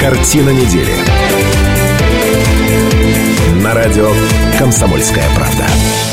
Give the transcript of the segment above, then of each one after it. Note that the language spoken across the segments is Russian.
Картина недели. На радио «Комсомольская правда».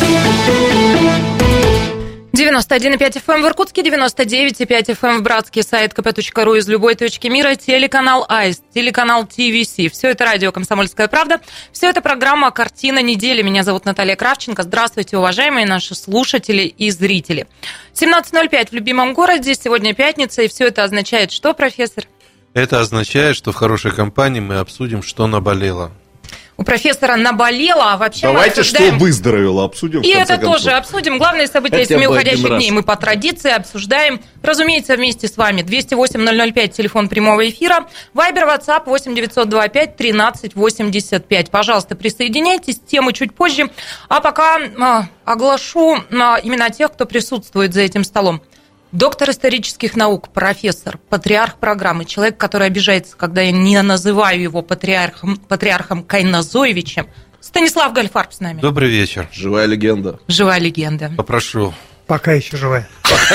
91,5 FM в Иркутске, 99,5 FM в Братске, сайт kp.ru из любой точки мира, телеканал АИС, телеканал ТВС. Все это радио «Комсомольская правда». Все это программа «Картина недели». Меня зовут Наталья Кравченко. Здравствуйте, уважаемые наши слушатели и зрители. 17:05 в любимом городе. Сегодня пятница, и все это означает что, профессор? Это означает, что в хорошей компании мы обсудим, что наболело. У профессора наболело, а вообще давайте, мы обсуждаем... что выздоровело, обсудим. И это тоже обсудим. Главные события семи уходящих дней мы по традиции обсуждаем. Разумеется, вместе с вами. 208-005, телефон прямого эфира. Вайбер, WhatsApp 8-925-13-85. Пожалуйста, присоединяйтесь. Темы чуть позже. А пока оглашу имена тех, кто присутствует за этим столом. Доктор исторических наук, профессор, патриарх программы, человек, который обижается, когда я не называю его патриархом Кайназоевичем, Станислав Гальфарб с нами. Добрый вечер. Живая легенда. Живая легенда. Попрошу. Пока еще живая.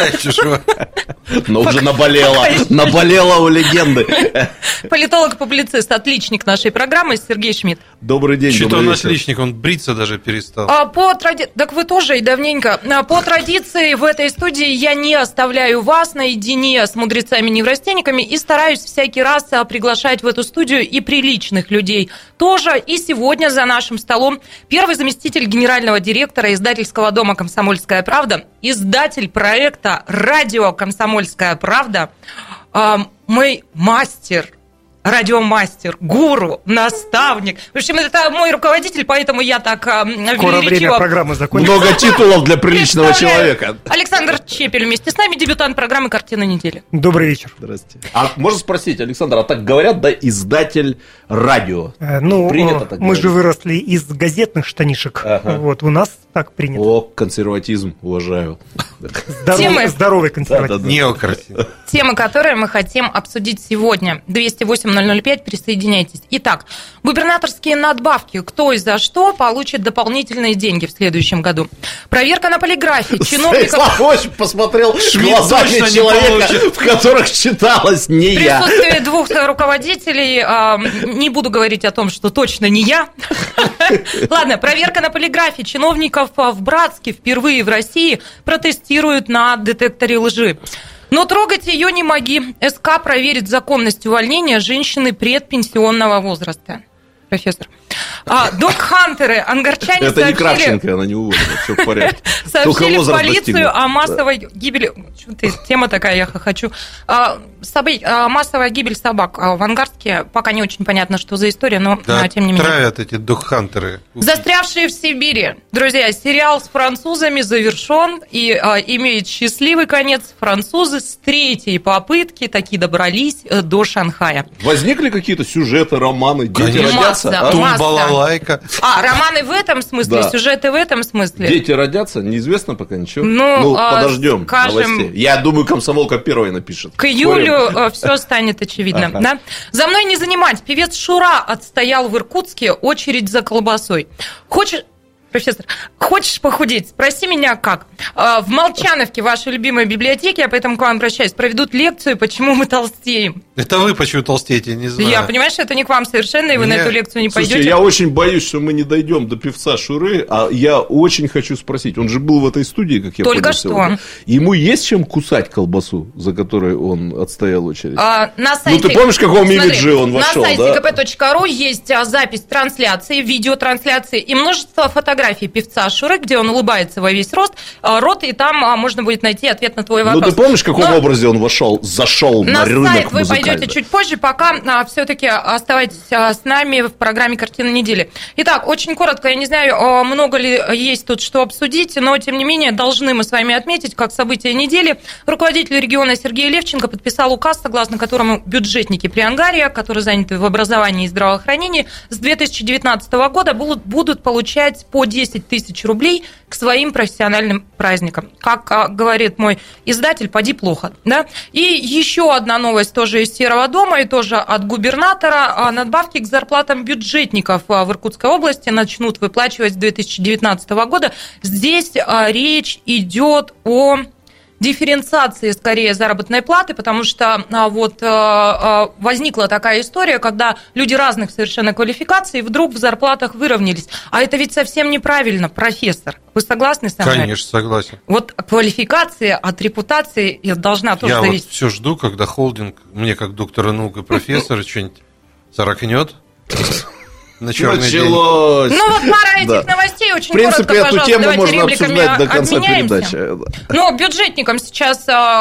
Но уже наболело у легенды. Политолог-публицист, отличник нашей программы Сергей Шмидт. Добрый день, Что-то добрый он вечер. отличник, он бриться даже перестал. Так вы тоже и давненько. По традиции в этой студии я не оставляю вас наедине с мудрецами-неврастенниками и стараюсь всякий раз приглашать в эту студию и приличных людей тоже. И сегодня за нашим столом первый заместитель генерального директора издательского дома «Комсомольская правда», издатель проекта «Радио Комсомольская правда», мой мастер, радиомастер, гуру, наставник. В общем, это мой руководитель, поэтому я так скоро время программы закончится. Много титулов для приличного человека. Александр Чепель вместе с нами, дебютант программы «Картина недели». Добрый вечер. Здрасте. А можно спросить, Александр, а так говорят, да, издатель радио? Принято так мы говорить? же выросли из газетных штанишек. Ага. Вот, у нас так принято. О, консерватизм, уважаю. Здоровый консерватизм. Да. Неократин. Темы, которые мы хотим обсудить сегодня. 208-005, присоединяйтесь. Итак, губернаторские надбавки. Кто и за что получит дополнительные деньги в следующем году? Проверка на полиграфе. Станислав очень посмотрел глазами точно не человека, получит. в которых читалось не В я. присутствии двух руководителей не буду говорить о том, что точно не я. Ладно, проверка на полиграфе. Чиновников в Братске впервые в России протестируют на детекторе лжи. Но трогать ее не моги. СК проверит законность увольнения женщины предпенсионного возраста. Профессор. Док-хантеры, ангарчане Это не сообщили... Кравченко, она не уволена, все в порядке. Сообщили в полицию о массовой гибели... Тема такая, я хочу. Массовая гибель собак в Ангарске. Пока не очень понятно, что за история, но Да, тем не менее. травят эти док-хантеры. Застрявшие в Сибири. Друзья, сериал с французами завершен и имеет счастливый конец. Французы с третьей попытки таки добрались до Шанхая. Возникли какие-то сюжеты, романы, дети Конечно. родятся? Масса. Тум-балалайка. Романы в этом смысле, Да. сюжеты в этом смысле. Дети родятся? Неизвестно пока ничего. Ну, Подождем скажем, новостей. Я думаю, комсомолка первой напишет. К июлю все станет очевидно. Ага. Да? За мной не занимать. Певец Шура отстоял в Иркутске очередь за колбасой. Профессор, хочешь похудеть? Спроси меня как. В Молчановке, вашей любимой библиотеке, я поэтому к вам обращаюсь, проведут лекцию, почему мы толстеем. Это вы почему толстеете, не знаю. Я понимаю, что это не к вам совершенно, и вы на эту лекцию не Слушайте, пойдете. я очень боюсь, что мы не дойдем до певца Шуры, а я очень хочу спросить. Он же был в этой студии, как я Только понял, что. сегодня. Ему есть чем кусать колбасу, за которой он отстоял очередь? На сайте, ты помнишь, в каком имидже он вошел, на сайте да? kp.ru есть запись трансляции, видеотрансляции и множество фотографий певца Шуры, где он улыбается во весь рот, и там можно будет найти ответ на твой вопрос. Ну, ты помнишь, в каком образе он зашел на рынок сайт вы музыкальный? пойдете чуть позже, пока все-таки оставайтесь с нами в программе «Картина недели». Итак, очень коротко, я не знаю, много ли есть тут что обсудить, но, тем не менее, должны мы с вами отметить, как событие недели. Руководитель региона Сергей Левченко подписал указ, согласно которому бюджетники Приангария, которые заняты в образовании и здравоохранении, с 2019 года будут получать по 10 тысяч рублей к своим профессиональным праздникам. Как говорит мой издатель, поди плохо. Да? И еще одна новость тоже из Серого дома и тоже от губернатора. Надбавки к зарплатам бюджетников в Иркутской области начнут выплачивать с 2019 года. Здесь речь идет о дифференциации, скорее, заработной платы, потому что вот возникла такая история, когда люди разных совершенно квалификаций вдруг в зарплатах выровнялись. А это ведь совсем неправильно, профессор. Вы согласны со мной? Конечно, согласен. Вот квалификация от репутации должна тоже зависеть. Я вот все жду, когда холдинг, мне как доктора наук и профессора, что-нибудь царакнет. На черный день. Началось. Ну вот пара этих новостей очень коротко, пожалуйста. В принципе, эту тему можно обсуждать до конца передачи. Но бюджетникам сейчас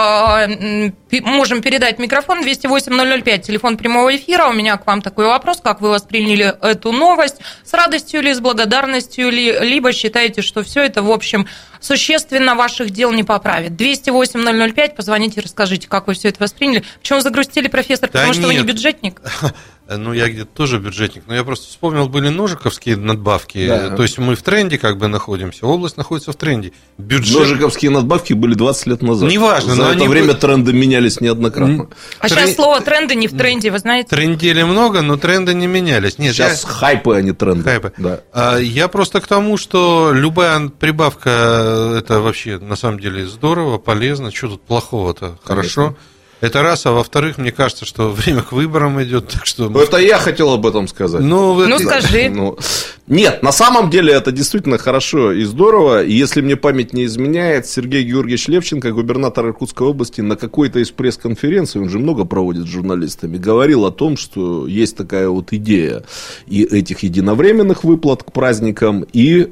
можем передать микрофон 208-005, телефон прямого эфира. У меня к вам такой вопрос, как вы восприняли эту новость? С радостью ли, с благодарностью ли, либо считаете, что все это, в общем, существенно ваших дел не поправит? 208-005, позвоните, расскажите, как вы все это восприняли. Почему загрустили, профессор? Потому что вы не бюджетник? Ну, я где-то тоже бюджетник, но я просто вспомнил, были ножиковские надбавки, то есть мы в тренде как бы находимся, область находится в тренде. Ножиковские надбавки были 20 лет назад. Неважно. За это время тренды менялись неоднократно. А сейчас слово тренды не в тренде, вы знаете? Трендели много, но тренды не менялись. Нет, сейчас хайпы, а не тренды. Хайпы. Да. Я просто к тому, что любая прибавка, это вообще на самом деле здорово, полезно, что тут плохого-то, хорошо. Это раз, а во-вторых, мне кажется, что время к выборам идет, так что... Это я хотел об этом сказать. Скажи. Нет, на самом деле это действительно хорошо и здорово. И если мне память не изменяет, Сергей Георгиевич Левченко, губернатор Иркутской области, на какой-то из пресс-конференций, он же много проводит с журналистами, говорил о том, что есть такая вот идея и этих единовременных выплат к праздникам. И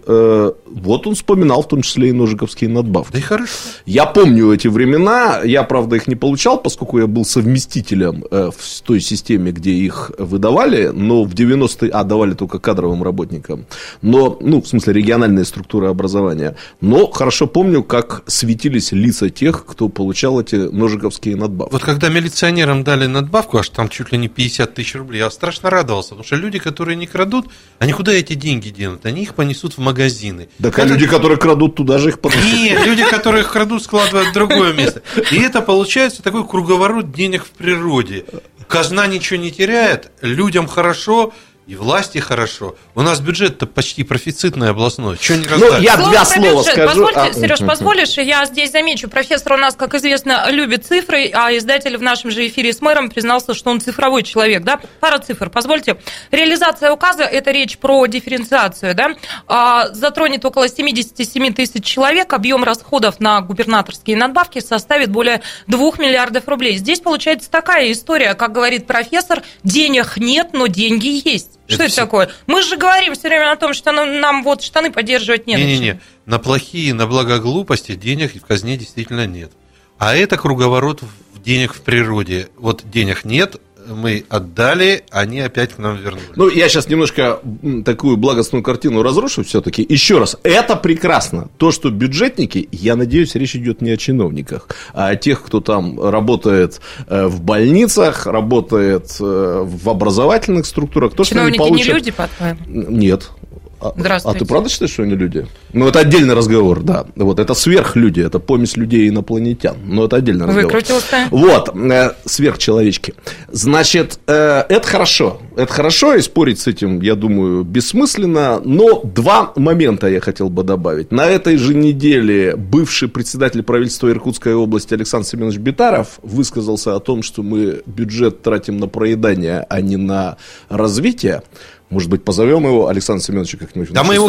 вот он вспоминал в том числе и ножиковские надбавки. Да и хорошо. Я помню эти времена, я, правда, их не получал, поскольку я был совместителем в той системе, где их выдавали, но в 90-е... давали только кадровым работникам. Но, в смысле, региональные структуры образования. Но хорошо помню, как светились лица тех, кто получал эти ножиковские надбавки. Вот когда милиционерам дали надбавку, аж там чуть ли не 50 тысяч рублей, я страшно радовался, потому что люди, которые не крадут, они куда эти деньги денут? Они их понесут в магазины. Так, а люди, которые крадут, туда же их понесут. Нет, люди, которые их крадут, складывают в другое место. И это получается такой круговорот денег в природе. Казна ничего не теряет, людям хорошо, и власти хорошо. У нас бюджет-то почти профицитный областной. Чего не раздать? Я два слова скажу. Позвольте, Сереж, позволишь, я здесь замечу. Профессор у нас, как известно, любит цифры, а издатель в нашем же эфире с мэром признался, что он цифровой человек. Да? Пара цифр. Позвольте. Реализация указа – это речь про дифференциацию. Да? Затронет около 77 тысяч человек. Объем расходов на губернаторские надбавки составит более 2 миллиардов рублей. Здесь получается такая история, как говорит профессор, денег нет, но деньги есть. Что это такое? Мы же говорим все время о том, что нам вот штаны поддерживать не на чем. На плохие, на благо глупости денег в казне действительно нет. А это круговорот денег в природе. Вот денег нет, мы отдали, они опять к нам вернули. Я сейчас немножко такую благостную картину разрушу все-таки. Еще раз, это прекрасно. То, что бюджетники, я надеюсь, речь идет не о чиновниках, а о тех, кто там работает в больницах, работает в образовательных структурах. То, чиновники что они получат... не люди, по-твоему? Нет. Здравствуйте. А ты правда считаешь, что они люди? Это отдельный разговор, да. Вот это сверхлюди, это помесь людей и инопланетян. Но это отдельный разговор. Выкрутился. Сверхчеловечки. Значит, это хорошо. Это хорошо, и спорить с этим, я думаю, бессмысленно. Но два момента я хотел бы добавить. На этой же неделе бывший председатель правительства Иркутской области Александр Семенович Битаров высказался о том, что мы бюджет тратим на проедание, а не на развитие. Может быть, позовем его, Александра Семеновича, как-нибудь. Да, мы его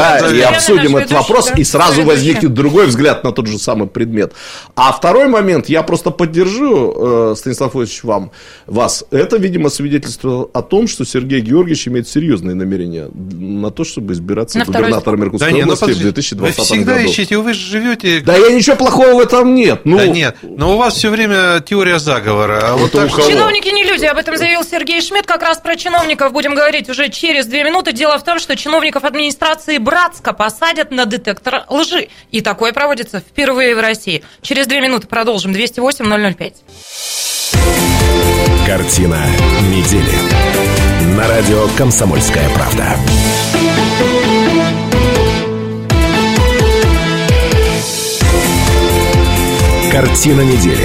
и обсудим этот вопрос, и сразу возникнет другой взгляд на тот же самый предмет. А второй момент, я просто поддержу, Станислав Ильич, вас. Это, видимо, свидетельство о том, что Сергей Георгиевич имеет серьезные намерения на то, чтобы избираться губернатором Иркутской области в 2020 году. Вы всегда ищете, вы же живете... Да ничего плохого в этом нет. Да нет, но у вас все время теория заговора. Чиновники не люди, об этом заявил Сергей Шмидт. Как раз про чиновников будем говорить уже через 2 минуты. Дело в том, что чиновников администрации Братска посадят на детектор лжи. И такое проводится впервые в России. Через 2 минуты продолжим. 208-005. Картина недели. На радио «Комсомольская правда». Картина недели.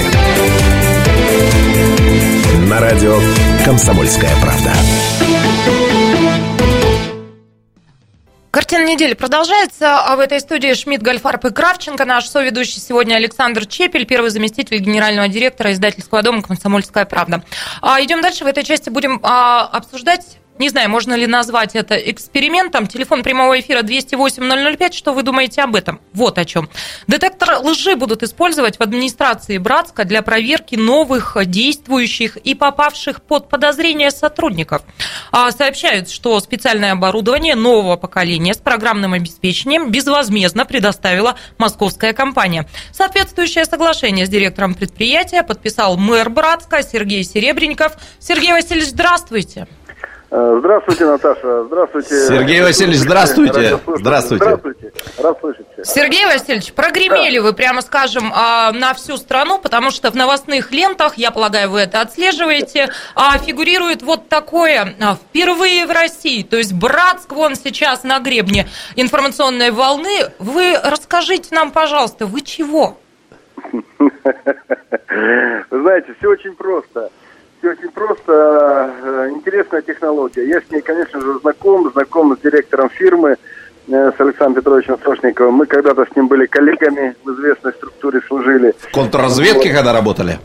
На радио «Комсомольская правда». Картина недели» продолжается. А в этой студии Шмидт, Гольфарб и Кравченко. Наш соведущий сегодня Александр Чепель, первый заместитель генерального директора издательского дома «Комсомольская правда». Идем дальше. В этой части будем обсуждать... Не знаю, можно ли назвать это экспериментом. Телефон прямого эфира 208-005. Что вы думаете об этом? Вот о чем. Детектор лжи будут использовать в администрации Братска для проверки новых действующих и попавших под подозрение сотрудников. Сообщают, что специальное оборудование нового поколения с программным обеспечением безвозмездно предоставила московская компания. Соответствующее соглашение с директором предприятия подписал мэр Братска Сергей Серебренников. Сергей Васильевич, здравствуйте. Здравствуйте, Наташа. Здравствуйте. Сергей Васильевич, здравствуйте. Здравствуйте. Здравствуйте. Рад слышать. Сергей Васильевич, прогремели вы, прямо скажем, на всю страну, потому что в новостных лентах, я полагаю, вы это отслеживаете, фигурирует вот такое впервые в России. То есть Братск вон сейчас на гребне информационной волны. Вы расскажите нам, пожалуйста, вы чего? Вы знаете, все очень просто. Очень просто, интересная технология. Я с ней, конечно же, знаком с директором фирмы, с Александром Петровичем Сошниковым. Мы когда-то с ним были коллегами, в известной структуре служили. В контрразведке когда работали?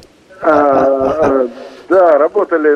Да, работали,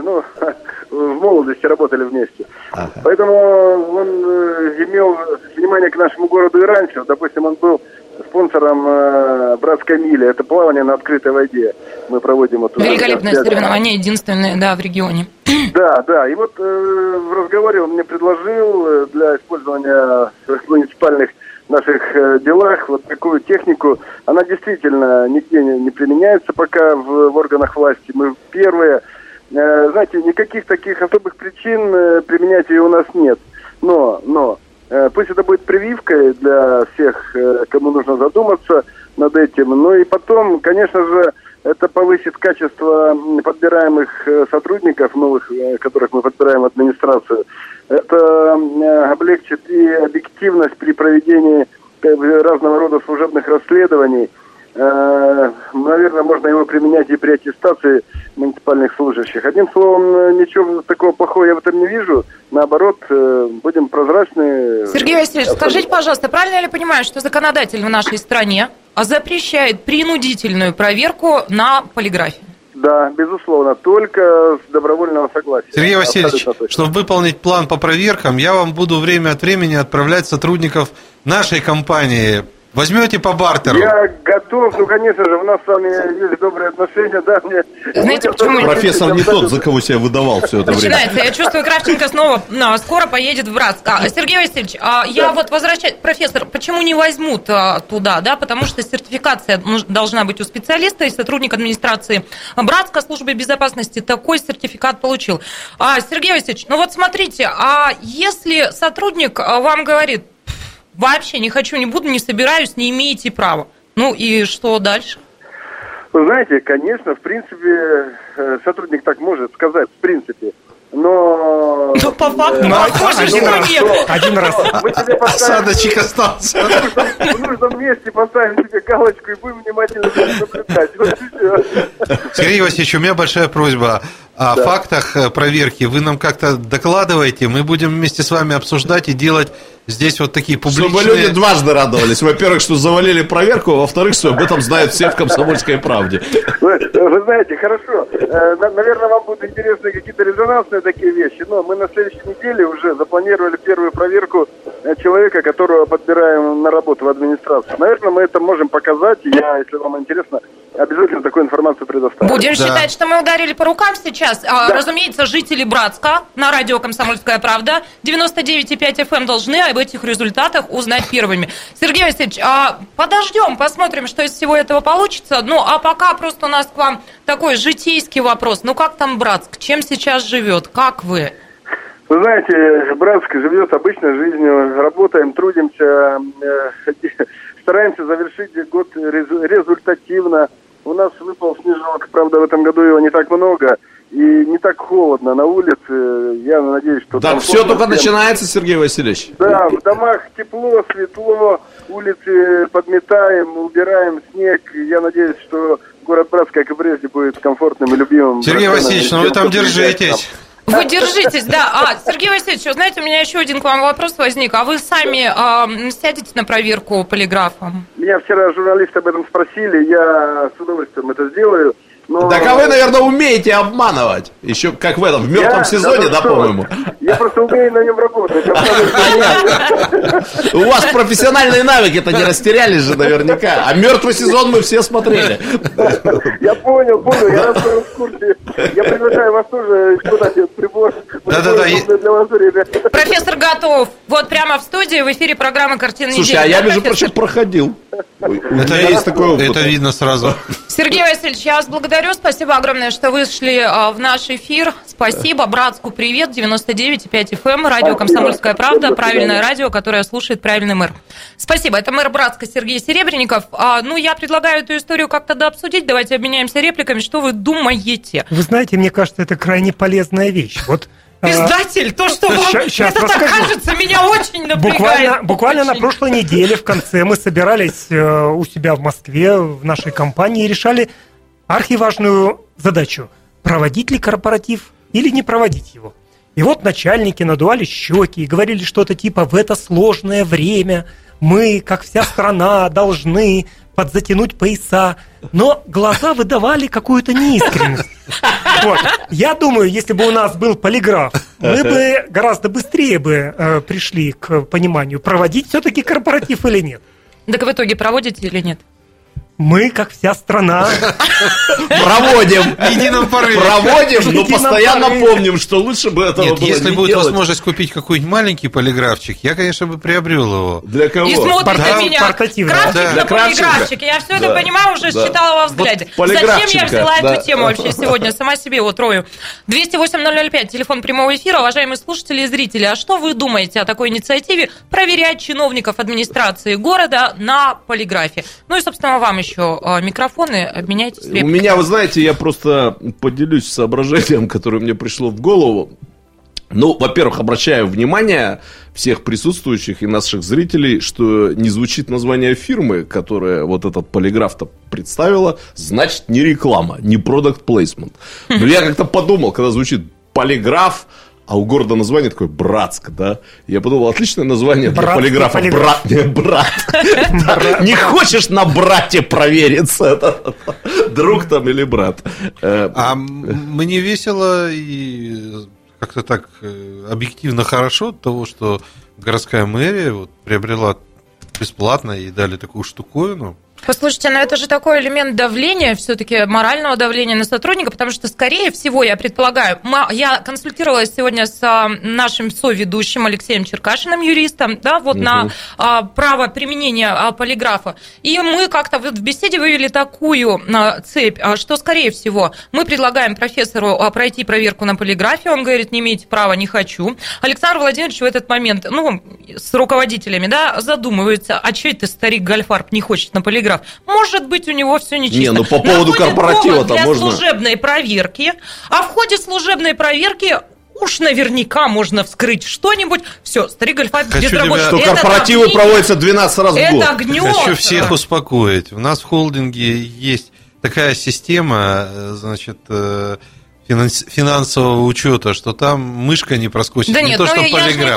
в молодости работали вместе. Ага. Поэтому он имел внимание к нашему городу и раньше. Допустим, он был спонсором братской мили. Это плавание на открытой воде. Мы проводим вот... Великолепное соревнование, единственное, да, в регионе. Да. И вот в разговоре он мне предложил для использования в муниципальных наших делах вот такую технику. Она действительно нигде не применяется пока в органах власти. Мы первые. Знаете, никаких таких особых причин применять ее у нас нет. Но пусть это будет прививкой для всех, кому нужно задуматься над этим. Ну и потом, конечно же, это повысит качество подбираемых сотрудников новых, которых мы подбираем в администрацию. Это облегчит и объективность при проведении разного рода служебных расследований. Наверное, можно его применять и при аттестации муниципальных служащих. Одним словом, ничего такого плохого я в этом не вижу. Наоборот, будем прозрачны. Сергей Васильевич, скажите, пожалуйста, правильно я ли понимаю, что законодатель в нашей стране запрещает принудительную проверку на полиграфе? Да, безусловно, только с добровольного согласия. Сергей Васильевич, чтобы выполнить план по проверкам, я вам буду время от времени отправлять сотрудников нашей компании. Возьмете по бартеру? Я готов, конечно же, у нас с вами есть добрые отношения, да, мне... Знаете, почему? Профессор не тот, за кого себя выдавал все это время. Начинается, я чувствую, Кравченко снова скоро поедет в Братск. Сергей Васильевич, я вот возвращаюсь, профессор, почему не возьмут туда, да, потому что сертификация должна быть у специалиста, и сотрудник администрации Братска службы безопасности такой сертификат получил. Сергей Васильевич, ну вот смотрите, если сотрудник вам говорит, вообще не хочу, не буду, не собираюсь, не имеете права. Ну и что дальше? Вы знаете, конечно, в принципе, сотрудник так может сказать, в принципе. Но по факту, похоже, что нет. Один раз. Осадочек остался. В нужном месте поставим себе галочку и будем внимательно наблюдать. Сергей Васильевич, у меня большая просьба. О фактах проверки вы нам как-то докладываете, мы будем вместе с вами обсуждать и делать здесь вот такие публичные... Чтобы люди дважды радовались. Во-первых, что завалили проверку, а во-вторых, что об этом знают все в «Комсомольской правде». Вы знаете, хорошо. Наверное, вам будут интересны какие-то резонансные такие вещи, но мы на следующей неделе уже запланировали первую проверку человека, которого подбираем на работу в администрацию. Наверное, мы это можем показать. Я, если вам интересно, обязательно такую информацию предоставлю. Будем считать, что мы ударили по рукам сейчас. Разумеется, жители Братска на радио «Комсомольская правда» 99,5 FM должны об этих результатах узнать первыми. Сергей Васильевич, подождем, посмотрим, что из всего этого получится. Ну, а пока просто у нас к вам такой житейский вопрос. Ну, как там Братск? Чем сейчас живет? Как вы? Вы знаете, Братск живет обычной жизнью. Работаем, трудимся, стараемся завершить год результативно. У нас выпал снежок, правда, в этом году его не так много. И не так холодно на улице, я надеюсь, что... Так все только начинается, Сергей Васильевич. Да, в домах тепло, светло, улицы подметаем, убираем снег. Я надеюсь, что город Братск, как и прежде, будет комфортным и любимым. Сергей Васильевич, ну вы там держитесь. Вы держитесь, да. Сергей Васильевич, знаете, у меня еще один к вам вопрос возник. А вы сами сядете на проверку полиграфом? Меня вчера журналисты об этом спросили, я с удовольствием это сделаю. Но... Так а вы, наверное, умеете обманывать. Еще как в этом, в мертвом сезоне, да, по-моему? Я просто умею на нем работать. У вас профессиональные навыки-то не растерялись же наверняка. А мертвый сезон мы все смотрели. Я понял, я в курсе. Я приглашаю вас тоже куда-то прибор. Да-да-да. Для вас время. Профессор готов. Вот прямо в студии, в эфире программы «Картина недели». Слушай, а я, между прочим, проходил. Есть такой опыт. Это видно сразу. Сергей Васильевич, я вас благодарю. Спасибо огромное, что вышли в наш эфир. Спасибо. Братску привет. 99,5 FM. Радио «Комсомольская правда». Правильное радио, которое слушает правильный мэр. Спасибо. Это мэр Братска Сергей Серебренников. Я предлагаю эту историю как-то дообсудить. Давайте обменяемся репликами. Что вы думаете? Вы знаете, мне кажется, это крайне полезная вещь. Вот издатель, то, что вам это так кажется, меня очень напрягает. Буквально на прошлой неделе в конце мы собирались у себя в Москве, в нашей компании, и решали архиважную задачу. Проводить ли корпоратив или не проводить его? И вот начальники надували щеки и говорили что-то типа «в это сложное время мы, как вся страна, должны подзатянуть пояса». Но глаза выдавали какую-то неискренность. Вот. Я думаю, если бы у нас был полиграф, мы бы гораздо быстрее бы пришли к пониманию, проводить все-таки корпоратив или нет. Так в итоге проводите или нет? Мы, как вся страна, проводим. В едином порыве. Проводим, но постоянно помним, что лучше бы этого было не делать. Если будет возможность купить какой-нибудь маленький полиграфчик, я, конечно, бы приобрел его. Для кого? И смотрит на меня. Крафтик на полиграфчик. Я все это понимаю, уже считала во взгляде. Зачем я взяла эту тему вообще сегодня? Сама себе вот рою. 208-005, телефон прямого эфира. Уважаемые слушатели и зрители, а что вы думаете о такой инициативе проверять чиновников администрации города на полиграфе? Ну и, собственно, вам еще микрофоны, обменяйтесь репликами. У меня, вы знаете, я просто поделюсь соображением, которое мне пришло в голову. Ну, во-первых, обращаю внимание всех присутствующих и наших зрителей, что не звучит название фирмы, которая вот этот полиграф-то представила, значит, не реклама, не product placement. Но я как-то подумал, когда звучит полиграф, а у города название такое Братск, да? Я подумал, отличное название для полиграфа. Брат. Не хочешь на брате провериться? Друг там или брат? А мне весело и как-то так объективно хорошо от того, что городская мэрия приобрела бесплатно и дали такую штуковину. Послушайте, но это же такой элемент давления, все-таки морального давления на сотрудника, потому что, скорее всего, я предполагаю, я консультировалась сегодня с нашим соведущим Алексеем Черкашиным, юристом, да, вот на право применения полиграфа, и мы как-то в беседе вывели такую цепь, что, скорее всего, мы предлагаем профессору пройти проверку на полиграфе, он говорит, не имеете права, не хочу. Александр Владимирович в этот момент, с руководителями, да, задумывается, а что это старик Гольфарб не хочет на полиграф? Может быть, у него все нечисто. По поводу корпоратива-то можно... для служебной проверки, а в ходе служебной проверки уж наверняка можно вскрыть что-нибудь. Все, старик Гольфарб без работы. Что корпоративы проводятся 12 раз в год. Это гнёт. Хочу всех успокоить. У нас в холдинге есть такая система, значит... финансового учета, что там мышка не проскочит, да не нет, то, что полиграф.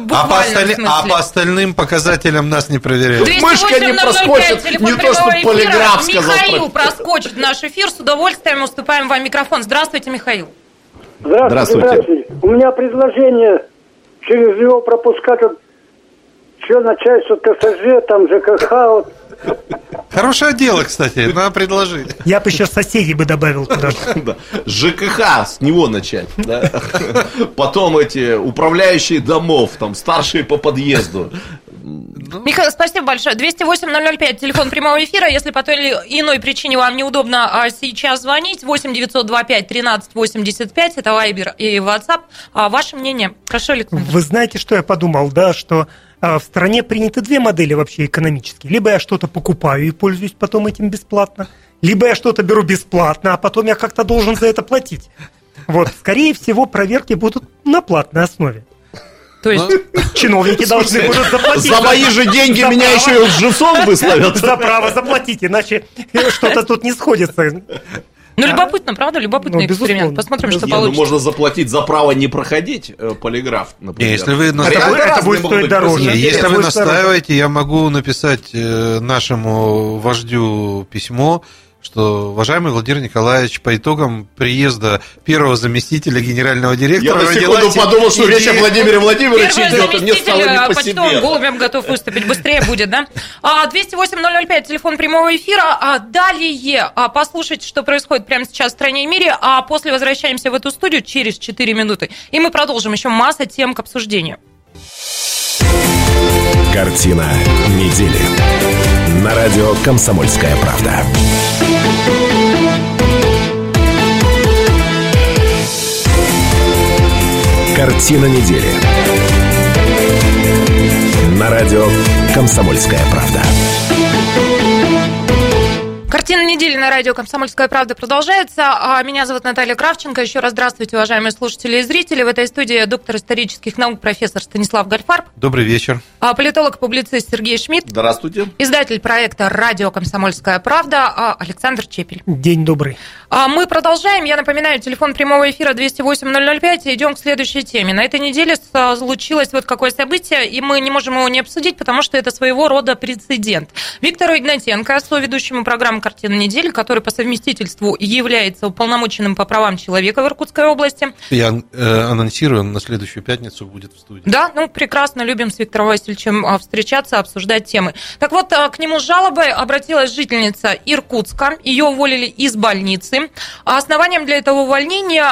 А по остальным показателям нас не проверяют. Мышка не проскочит, не то, что полиграф сказал. Михаил проскочит в наш эфир, с удовольствием уступаем вам микрофон. Здравствуйте, Михаил. Здравствуйте. У меня предложение через него пропускать все начальство ТСЖ, там ЖКХ, вот. Хорошее дело, кстати, надо предложить. Я бы еще соседей бы добавил туда. ЖКХ, с него начать. Да? Потом эти управляющие домов, там старшие по подъезду. Михаил, спасибо большое. 208-005, телефон прямого эфира. Если по той или иной причине вам неудобно сейчас звонить, 8-925-13-85, это Вайбер и WhatsApp. Ваше мнение? Прошу, Александр. Вы знаете, что я подумал, да, что в стране приняты две модели вообще экономические. Либо я что-то покупаю и пользуюсь потом этим бесплатно, либо я что-то беру бесплатно, а потом я как-то должен за это платить. Вот, скорее всего, проверки будут на платной основе. То есть чиновники должны будут заплатить. За мои же деньги меня еще и лжецом выставят. За право заплатить, иначе что-то тут не сходится. Ну, любопытно, правда? Любопытный эксперимент. Посмотрим, что получится. Можно заплатить за право не проходить полиграф, например. Если вы это будет стоить дороже. Если вы настаиваете, я могу написать нашему вождю письмо, что, уважаемый Владимир Николаевич, по итогам приезда первого заместителя генерального директора... Я на секунду подумал, что речь о Владимире Владимировиче идет, и мне стало не по себе. Почтовым голубем готов выступить, быстрее будет, да? 208-005, телефон прямого эфира. Далее послушайте, что происходит прямо сейчас в стране и мире, а после возвращаемся в эту студию через 4 минуты, и мы продолжим еще масса тем к обсуждению. Картина недели. На радио «Комсомольская правда». Картина недели. На радио «Комсомольская правда». Картина недели на радио «Комсомольская правда» продолжается. Меня зовут Наталья Кравченко. Еще раз здравствуйте, уважаемые слушатели и зрители. В этой студии доктор исторических наук, профессор Станислав Гольфарб. Добрый вечер. Политолог-публицист Сергей Шмидт. Здравствуйте. Издатель проекта «Радио «Комсомольская правда» Александр Чепель. День добрый. Мы продолжаем. Я напоминаю, телефон прямого эфира 208-005. Идем к следующей теме. На этой неделе случилось вот какое событие, и мы не можем его не обсудить, потому что это своего рода прецедент. Виктору Игнатенко, соведущему программы «Картина недели», который по совместительству является уполномоченным по правам человека в Иркутской области. Я анонсирую, на следующую пятницу будет в студии. Да, прекрасно, любим с Виктором Васильевичем встречаться, обсуждать темы. Так вот, к нему с жалобой обратилась жительница Иркутска. Ее уволили из больницы. Основанием для этого увольнения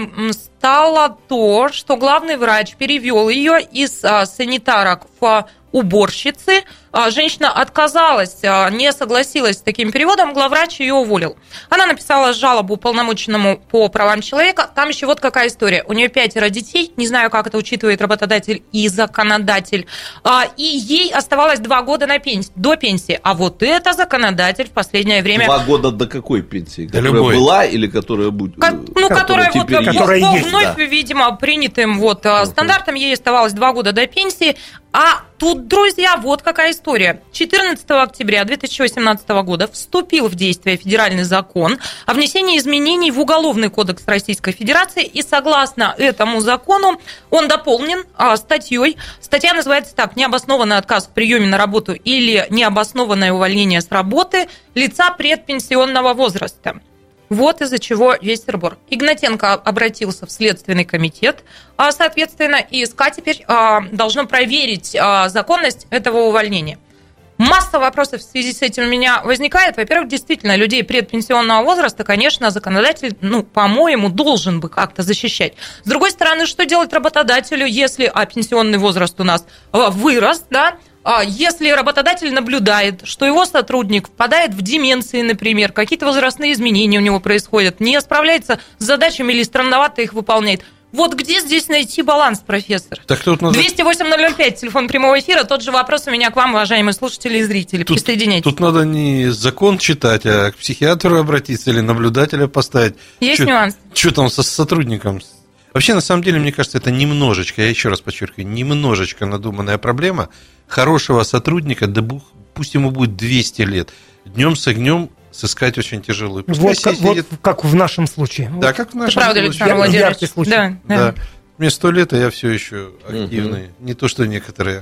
стало то, что главный врач перевел ее из санитарок в уборщицы. Женщина отказалась, не согласилась с таким переводом, главврач ее уволил. Она написала жалобу уполномоченному по правам человека. Там еще вот какая история. У нее 5 детей, не знаю, как это учитывает работодатель и законодатель, и ей оставалось 2 года до пенсии. А вот это законодатель в последнее время... 2 года до какой пенсии? Да, которая любой. Была или которая будет? Которая вот которая по есть, вновь, да. видимо, принятым стандартам ей оставалось 2 года до пенсии. А тут, друзья, вот какая история. 14 октября 2018 года вступил в действие федеральный закон о внесении изменений в Уголовный кодекс Российской Федерации, и согласно этому закону он дополнен статьей. Статья называется так: «Необоснованный отказ в приеме на работу или необоснованное увольнение с работы лица предпенсионного возраста». Вот из-за чего весь сыр-бор. Игнатенко обратился в Следственный комитет, соответственно, и СК теперь должно проверить законность этого увольнения. Масса вопросов в связи с этим у меня возникает. Во-первых, действительно, людей предпенсионного возраста, конечно, законодатель, по-моему, должен бы как-то защищать. С другой стороны, что делать работодателю, если пенсионный возраст у нас вырос, да? Если работодатель наблюдает, что его сотрудник впадает в деменции, например, какие-то возрастные изменения у него происходят, не справляется с задачами или странновато их выполняет, вот где здесь найти баланс, профессор? Так тут надо... 208-005, телефон прямого эфира. Тот же вопрос у меня к вам, уважаемые слушатели и зрители. Присоединяйтесь. Тут надо не закон читать, а к психиатру обратиться или наблюдателя поставить. Есть нюанс. Что там со сотрудником? Вообще, на самом деле, мне кажется, это немножечко, я еще раз подчеркиваю, немножечко надуманная проблема. Хорошего сотрудника, да пусть ему будет 200 лет, днем с огнем сыскать очень тяжело. Вот как в нашем случае. Да, как в нашем случае. Правда, Александр Владимирович. Да. Мне 100 лет, а я все еще активный. Не то, что некоторые.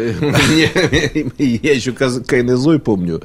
Я еще Кайнезой помню.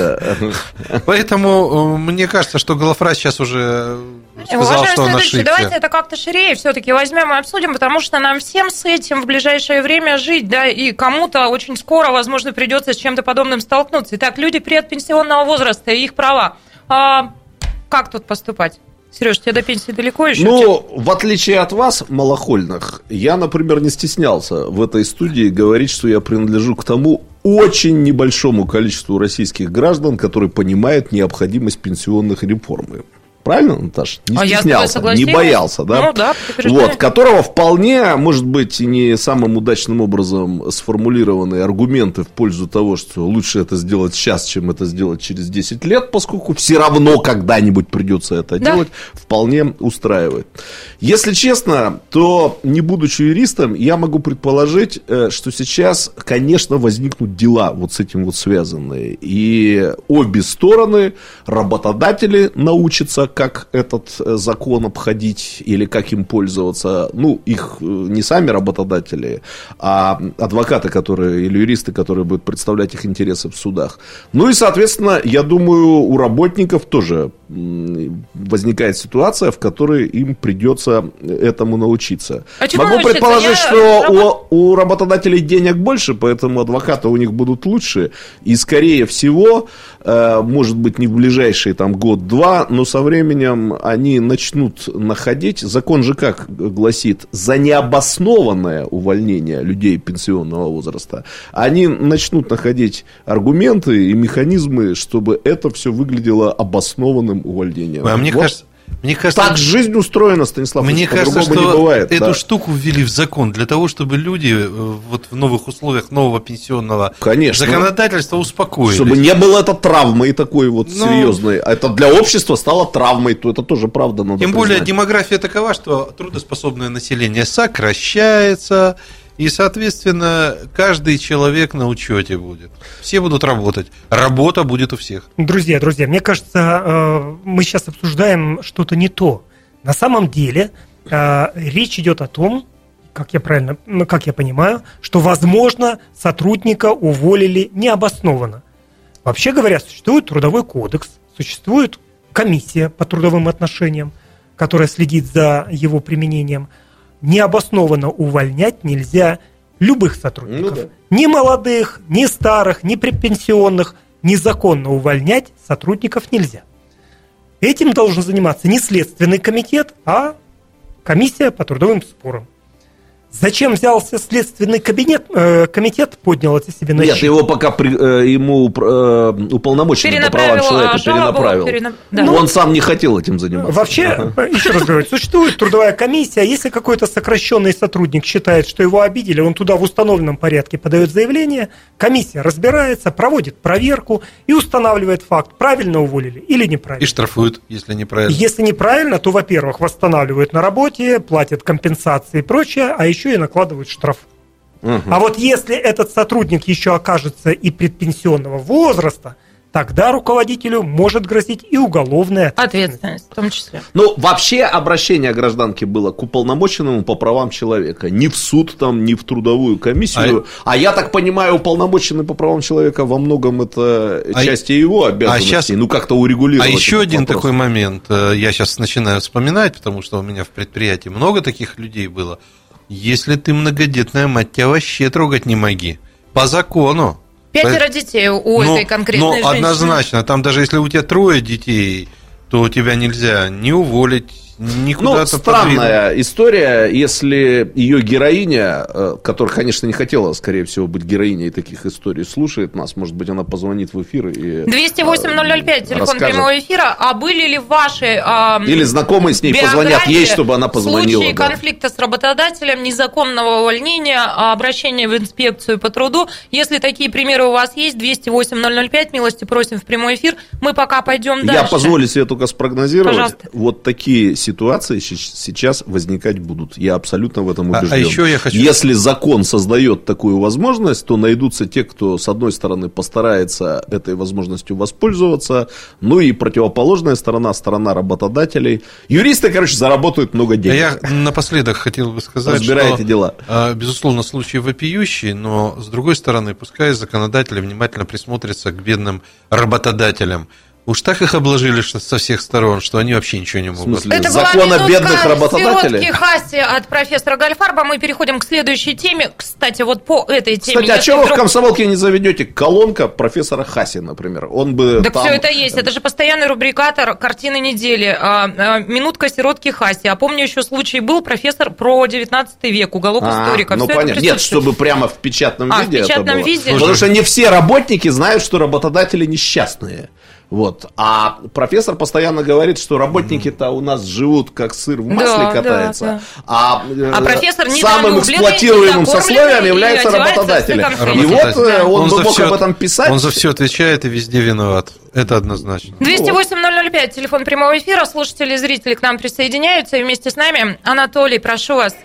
Поэтому мне кажется, что главврач сейчас уже сказал, что он ошибся. Давайте это как-то шире все-таки возьмем и обсудим, потому что нам всем с этим в ближайшее время жить, да, и кому-то очень скоро, возможно, придется с чем-то подобным столкнуться. Итак, люди предпенсионного возраста и их права. Как тут поступать? Сереж, тебе до пенсии далеко еще? В отличие от вас, малохольных, я, например, не стеснялся в этой студии говорить, что я принадлежу к тому очень небольшому количеству российских граждан, которые понимают необходимость пенсионных реформ. Правильно, Наташа? Не стеснялся, не боялся, да? Вот, которого вполне, может быть, не самым удачным образом сформулированы аргументы в пользу того, что лучше это сделать сейчас, чем это сделать через 10 лет, поскольку все равно когда-нибудь придется это делать, вполне устраивает. Если честно, то, не будучи юристом, я могу предположить, что сейчас, конечно, возникнут дела вот с этим вот связанные. И обе стороны, работодатели научатся как этот закон обходить или как им пользоваться, ну, их не сами работодатели, а адвокаты, которые, или юристы, которые будут представлять их интересы в судах. Ну и, соответственно, я думаю, у работников тоже возникает ситуация, в которой им придется этому научиться. Могу предположить, что у работодателей денег больше, поэтому адвокаты у них будут лучше. И, скорее всего, может быть, не в ближайший там, год-два, но со временем они начнут находить, закон же как гласит, за необоснованное увольнение людей пенсионного возраста, они начнут находить аргументы и механизмы, чтобы это все выглядело обоснованным увольнением. А мне кажется, так жизнь устроена, Станислав. Мне кажется, что не бывает, эту штуку ввели в закон для того, чтобы люди вот в новых условиях нового пенсионного законодательства успокоились. Чтобы не было это травмой такой вот серьезной. Это для общества стало травмой, то это тоже правда надо признать. Более демография такова, что трудоспособное население сокращается. И, соответственно, каждый человек на учете будет. Все будут работать. Работа будет у всех. Друзья, мне кажется, мы сейчас обсуждаем что-то не то. На самом деле речь идет о том, как я понимаю, что, возможно, сотрудника уволили необоснованно. Вообще говоря, существует трудовой кодекс, существует комиссия по трудовым отношениям, которая следит за его применением. Необоснованно увольнять нельзя любых сотрудников. Ни молодых, ни старых, ни предпенсионных. Незаконно увольнять сотрудников нельзя. Этим должен заниматься не Следственный комитет, а комиссия по трудовым спорам. Зачем взялся Следственный комитет, поднял это себе на щит? Нет, его пока ему уполномоченный по правам человека перенаправил. Он сам не хотел этим заниматься. Вообще, еще раз говорю, существует трудовая комиссия. Если какой-то сокращенный сотрудник считает, что его обидели, он туда в установленном порядке подает заявление, комиссия разбирается, проводит проверку и устанавливает факт, правильно уволили или неправильно. И штрафуют, если неправильно. Если неправильно, то, во-первых, восстанавливают на работе, платят компенсации и прочее, а еще и накладывают штраф. А вот если этот сотрудник еще окажется и предпенсионного возраста, тогда руководителю может грозить и уголовная ответственность в том числе. Ну, вообще обращение гражданки было к уполномоченному по правам человека. Не в суд, там, не в трудовую комиссию. А я так понимаю, уполномоченный по правам человека во многом это части его обязанностей. Как-то урегулировать. А еще один такой момент. Я сейчас начинаю вспоминать, потому что у меня в предприятии много таких людей было. Если ты многодетная мать, тебя вообще трогать не моги. По закону. 5 детей у этой конкретной женщины. Однозначно. Там даже если у тебя 3 детей, то тебя нельзя ни уволить, ни куда-то странная история, если ее героиня, которая, конечно, не хотела, скорее всего, быть героиней таких историй, слушает нас, может быть, она позвонит в эфир и 208-005, телефон прямого эфира. А были ли ваши или знакомые с ней позвонят ей, чтобы она позвонила? Случаи конфликта с работодателем, незаконного увольнения, обращения в инспекцию по труду. Если такие примеры у вас есть, 208-005, милости просим в прямой эфир. Мы пока пойдем дальше. Я позволю себе только спрогнозировать. Пожалуйста. Вот такие ситуации сейчас возникать будут. Я абсолютно в этом убежден. Еще я хочу... Если закон создает такую возможность, то найдутся те, кто, с одной стороны, постарается этой возможностью воспользоваться, ну и противоположная сторона работодателей. Юристы, заработают много денег. Я напоследок хотел бы сказать, разбирайте дела. Безусловно, случай вопиющий, но, с другой стороны, пускай законодатели внимательно присмотрятся к бедным работодателям. Уж так их обложили со всех сторон, что они вообще ничего не могут. В смысле, это закон о бедных работодателей? Сиротки Хаси от профессора Гальфарба. Мы переходим к следующей теме. Кстати, вот по этой теме... Кстати, а чего вы в комсомолке не заведете колонка профессора Хаси, например? Он бы так там... все это есть. Это же постоянный рубрикатор «Картины недели». Минутка сиротки Хаси. А помню, еще случай был, профессор про 19 век, уголок историка. Ну, понятно. Нет, чтобы прямо в печатном виде в печатном это было. виде. Потому что не все работники знают, что работодатели несчастные. Вот. А профессор постоянно говорит, что работники-то у нас живут как сыр в масле катается. А профессор самым эксплуатируемым сословием является работодатель. И вот он бы мог об этом писать. Он за все отвечает и везде виноват. Это однозначно. 208-005, телефон прямого эфира. Слушатели и зрители к нам присоединяются. И вместе с нами Анатолий, прошу вас.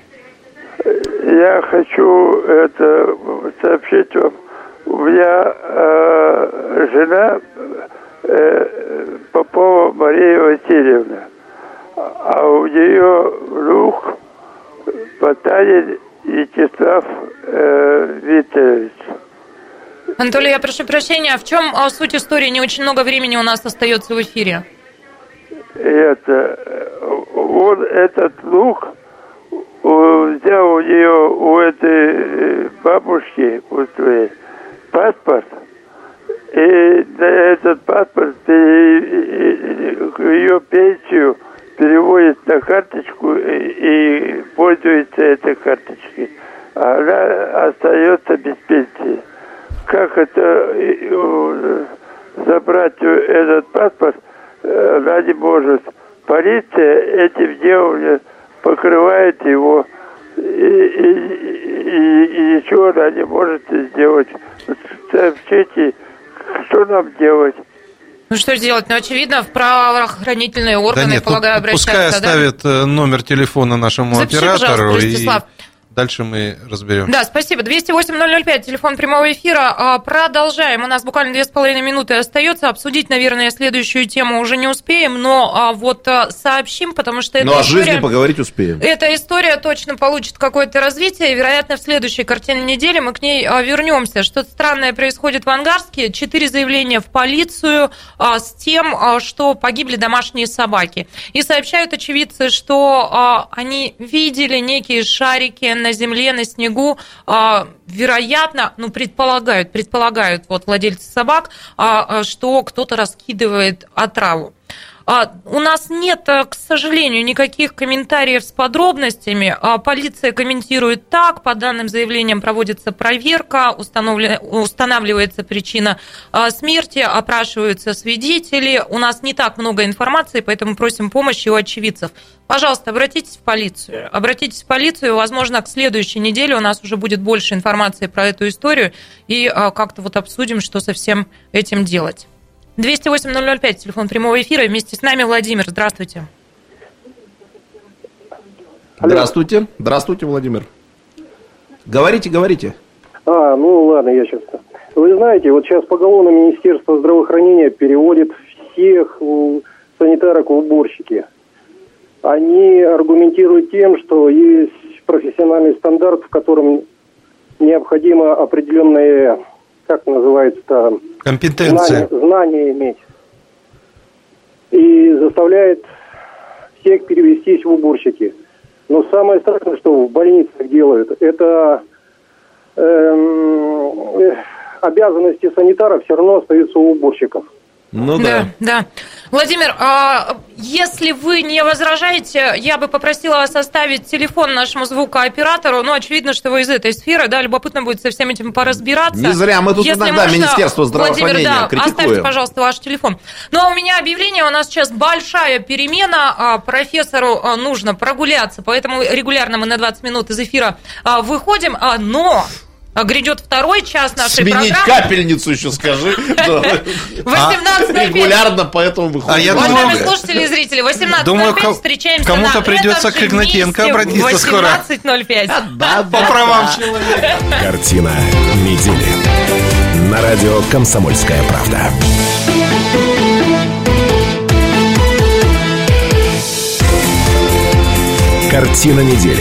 Я хочу сообщить вам. У меня жена Попова Мария Васильевна. А у нее внук Потанин Вячеслав Викторович. Анатолий, я прошу прощения, а в чем суть истории? Не очень много времени у нас остается в эфире. Вот этот внук взял у нее, у этой бабушки, у своей, паспорт, и этот паспорт ее пенсию переводит на карточку и пользуется этой карточкой. А она остается без пенсии. Как это забрать этот паспорт, она не может. Полиция этим делом покрывает его, и ничего она не может сделать. Сообщите, что нам делать? Ну что делать? Ну, очевидно, в правоохранительные органы, нет, полагаю, обращаться. Пускай оставит номер телефона нашему Запиши, оператору, Ростислав. Дальше мы разберем. Да, спасибо. 208-005, телефон прямого эфира. Продолжаем. У нас буквально 2,5 минуты остается. Обсудить, наверное, следующую тему уже не успеем, но вот сообщим, потому что это о жизни поговорить успеем. Эта история точно получит какое-то развитие, и, вероятно, в следующей картине недели мы к ней вернемся. Что-то странное происходит в Ангарске. 4 заявления в полицию с тем, что погибли домашние собаки. И сообщают очевидцы, что они видели некие шарики на земле, на снегу, вероятно, предполагают вот владельцы собак, что кто-то раскидывает отраву. У нас нет, к сожалению, никаких комментариев с подробностями. Полиция комментирует так. По данным заявлениям проводится проверка, устанавливается причина смерти, опрашиваются свидетели. У нас не так много информации, поэтому просим помощи у очевидцев. Пожалуйста, обратитесь в полицию. Обратитесь в полицию. Возможно, к следующей неделе у нас уже будет больше информации про эту историю. И как-то вот обсудим, что со всем этим делать. 208-005, телефон прямого эфира. Вместе с нами Владимир. Здравствуйте. Здравствуйте. Здравствуйте, Владимир. Говорите. Ну ладно, я сейчас... Вы знаете, вот сейчас поголовно Министерство здравоохранения переводит всех санитарок в уборщики. Они аргументируют тем, что есть профессиональный стандарт, в котором необходимо определенные, как называется-то, компетенции, знания иметь. И заставляет всех перевестись в уборщики. Но самое страшное, что в больницах делают, это обязанности санитаров все равно остаются у уборщиков. Ну да. Владимир, если вы не возражаете, я бы попросила вас оставить телефон нашему звукооператору. Ну, очевидно, что вы из этой сферы, да, любопытно будет со всем этим поразбираться. Не зря мы тут иногда Министерство здравоохранения критикуем. Оставьте, пожалуйста, ваш телефон. Ну, а у меня объявление, у нас сейчас большая перемена. Профессору нужно прогуляться, поэтому регулярно мы на 20 минут из эфира выходим, но... Грядет второй час нашей программы. Сменить капельницу еще скажи. 18:05. Регулярно, поэтому выходим. Уважаемые слушатели и зрители, 18:05 встречаемся. Кому-то придется к Игнатенко обратиться скоро. 18:05. По правам человека. Картина недели. На радио «Комсомольская правда». Картина недели.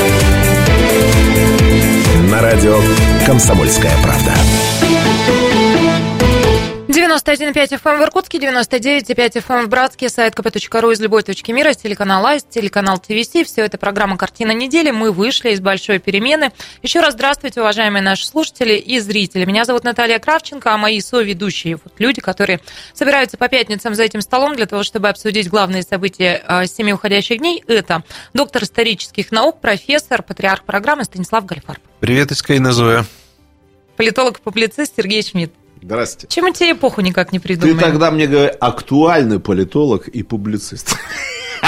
На радио «Комсомольская правда». 91,5 FM в Иркутске, 99,5 FM в Братске, сайт kp.ru из любой точки мира, телеканал АИС, телеканал ТВС. Все это программа «Картина недели». Мы вышли из большой перемены. Еще раз здравствуйте, уважаемые наши слушатели и зрители. Меня зовут Наталья Кравченко, а мои соведущие люди, которые собираются по пятницам за этим столом для того, чтобы обсудить главные события 7 уходящих дней, это доктор исторических наук, профессор, патриарх программы Станислав Гальфарб. Привет из Кайнозоя. Политолог и публицист Сергей Шмидт. Здрасте. Чем мы тебе эпоху никак не придумаем? Ты тогда мне говори, актуальный политолог и публицист.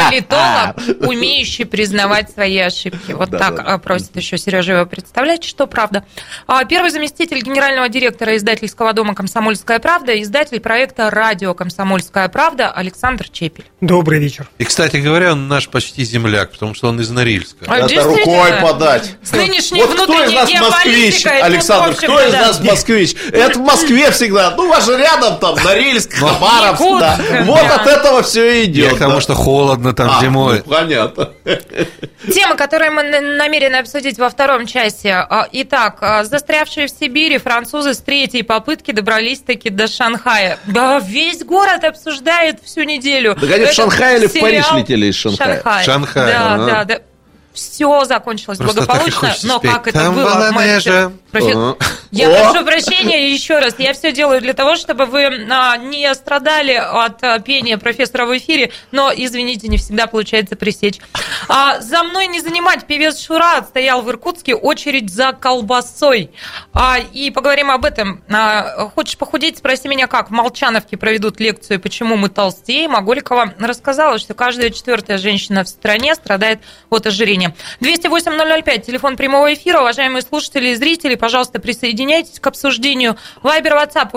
политолог, умеющий признавать свои ошибки. Вот так просит еще Сережа его представлять, что правда. Первый заместитель генерального директора издательского дома «Комсомольская правда», издатель проекта «Радио Комсомольская правда» Александр Чепель. Добрый вечер. И, кстати говоря, он наш почти земляк, потому что он из Норильска. Это рукой подать. С нынешней вот кто из нас москвич, Александр, кто из нас москвич? Это в Москве всегда. Ну, у вас же рядом там Норильск, Хабаровск. Вот от этого все и идет. Потому что холодно там зимой. Понятно. Тема, которую мы намерены обсудить во втором часе. Итак, застрявшие в Сибири французы с третьей попытки добрались-таки до Шанхая. Да, весь город обсуждает всю неделю. Так они в Шанхае или в Париж летели из Шанхая? Шанхай. Да. Все закончилось благополучно, но как это было? Я прошу прощения еще раз. Я все делаю для того, чтобы вы не страдали от пения профессора в эфире, но, извините, не всегда получается пресечь. За мной не занимать. Певец Шура отстоял в Иркутске очередь за колбасой. И поговорим об этом. Хочешь похудеть? Спроси меня как. В Молчановке проведут лекцию «Почему мы толстеем». А Голикова рассказала, что каждая 4-я женщина в стране страдает от ожирения. 208-005, телефон прямого эфира. Уважаемые слушатели и зрители, пожалуйста, присоединяйтесь к обсуждению. Вайбер, WhatsApp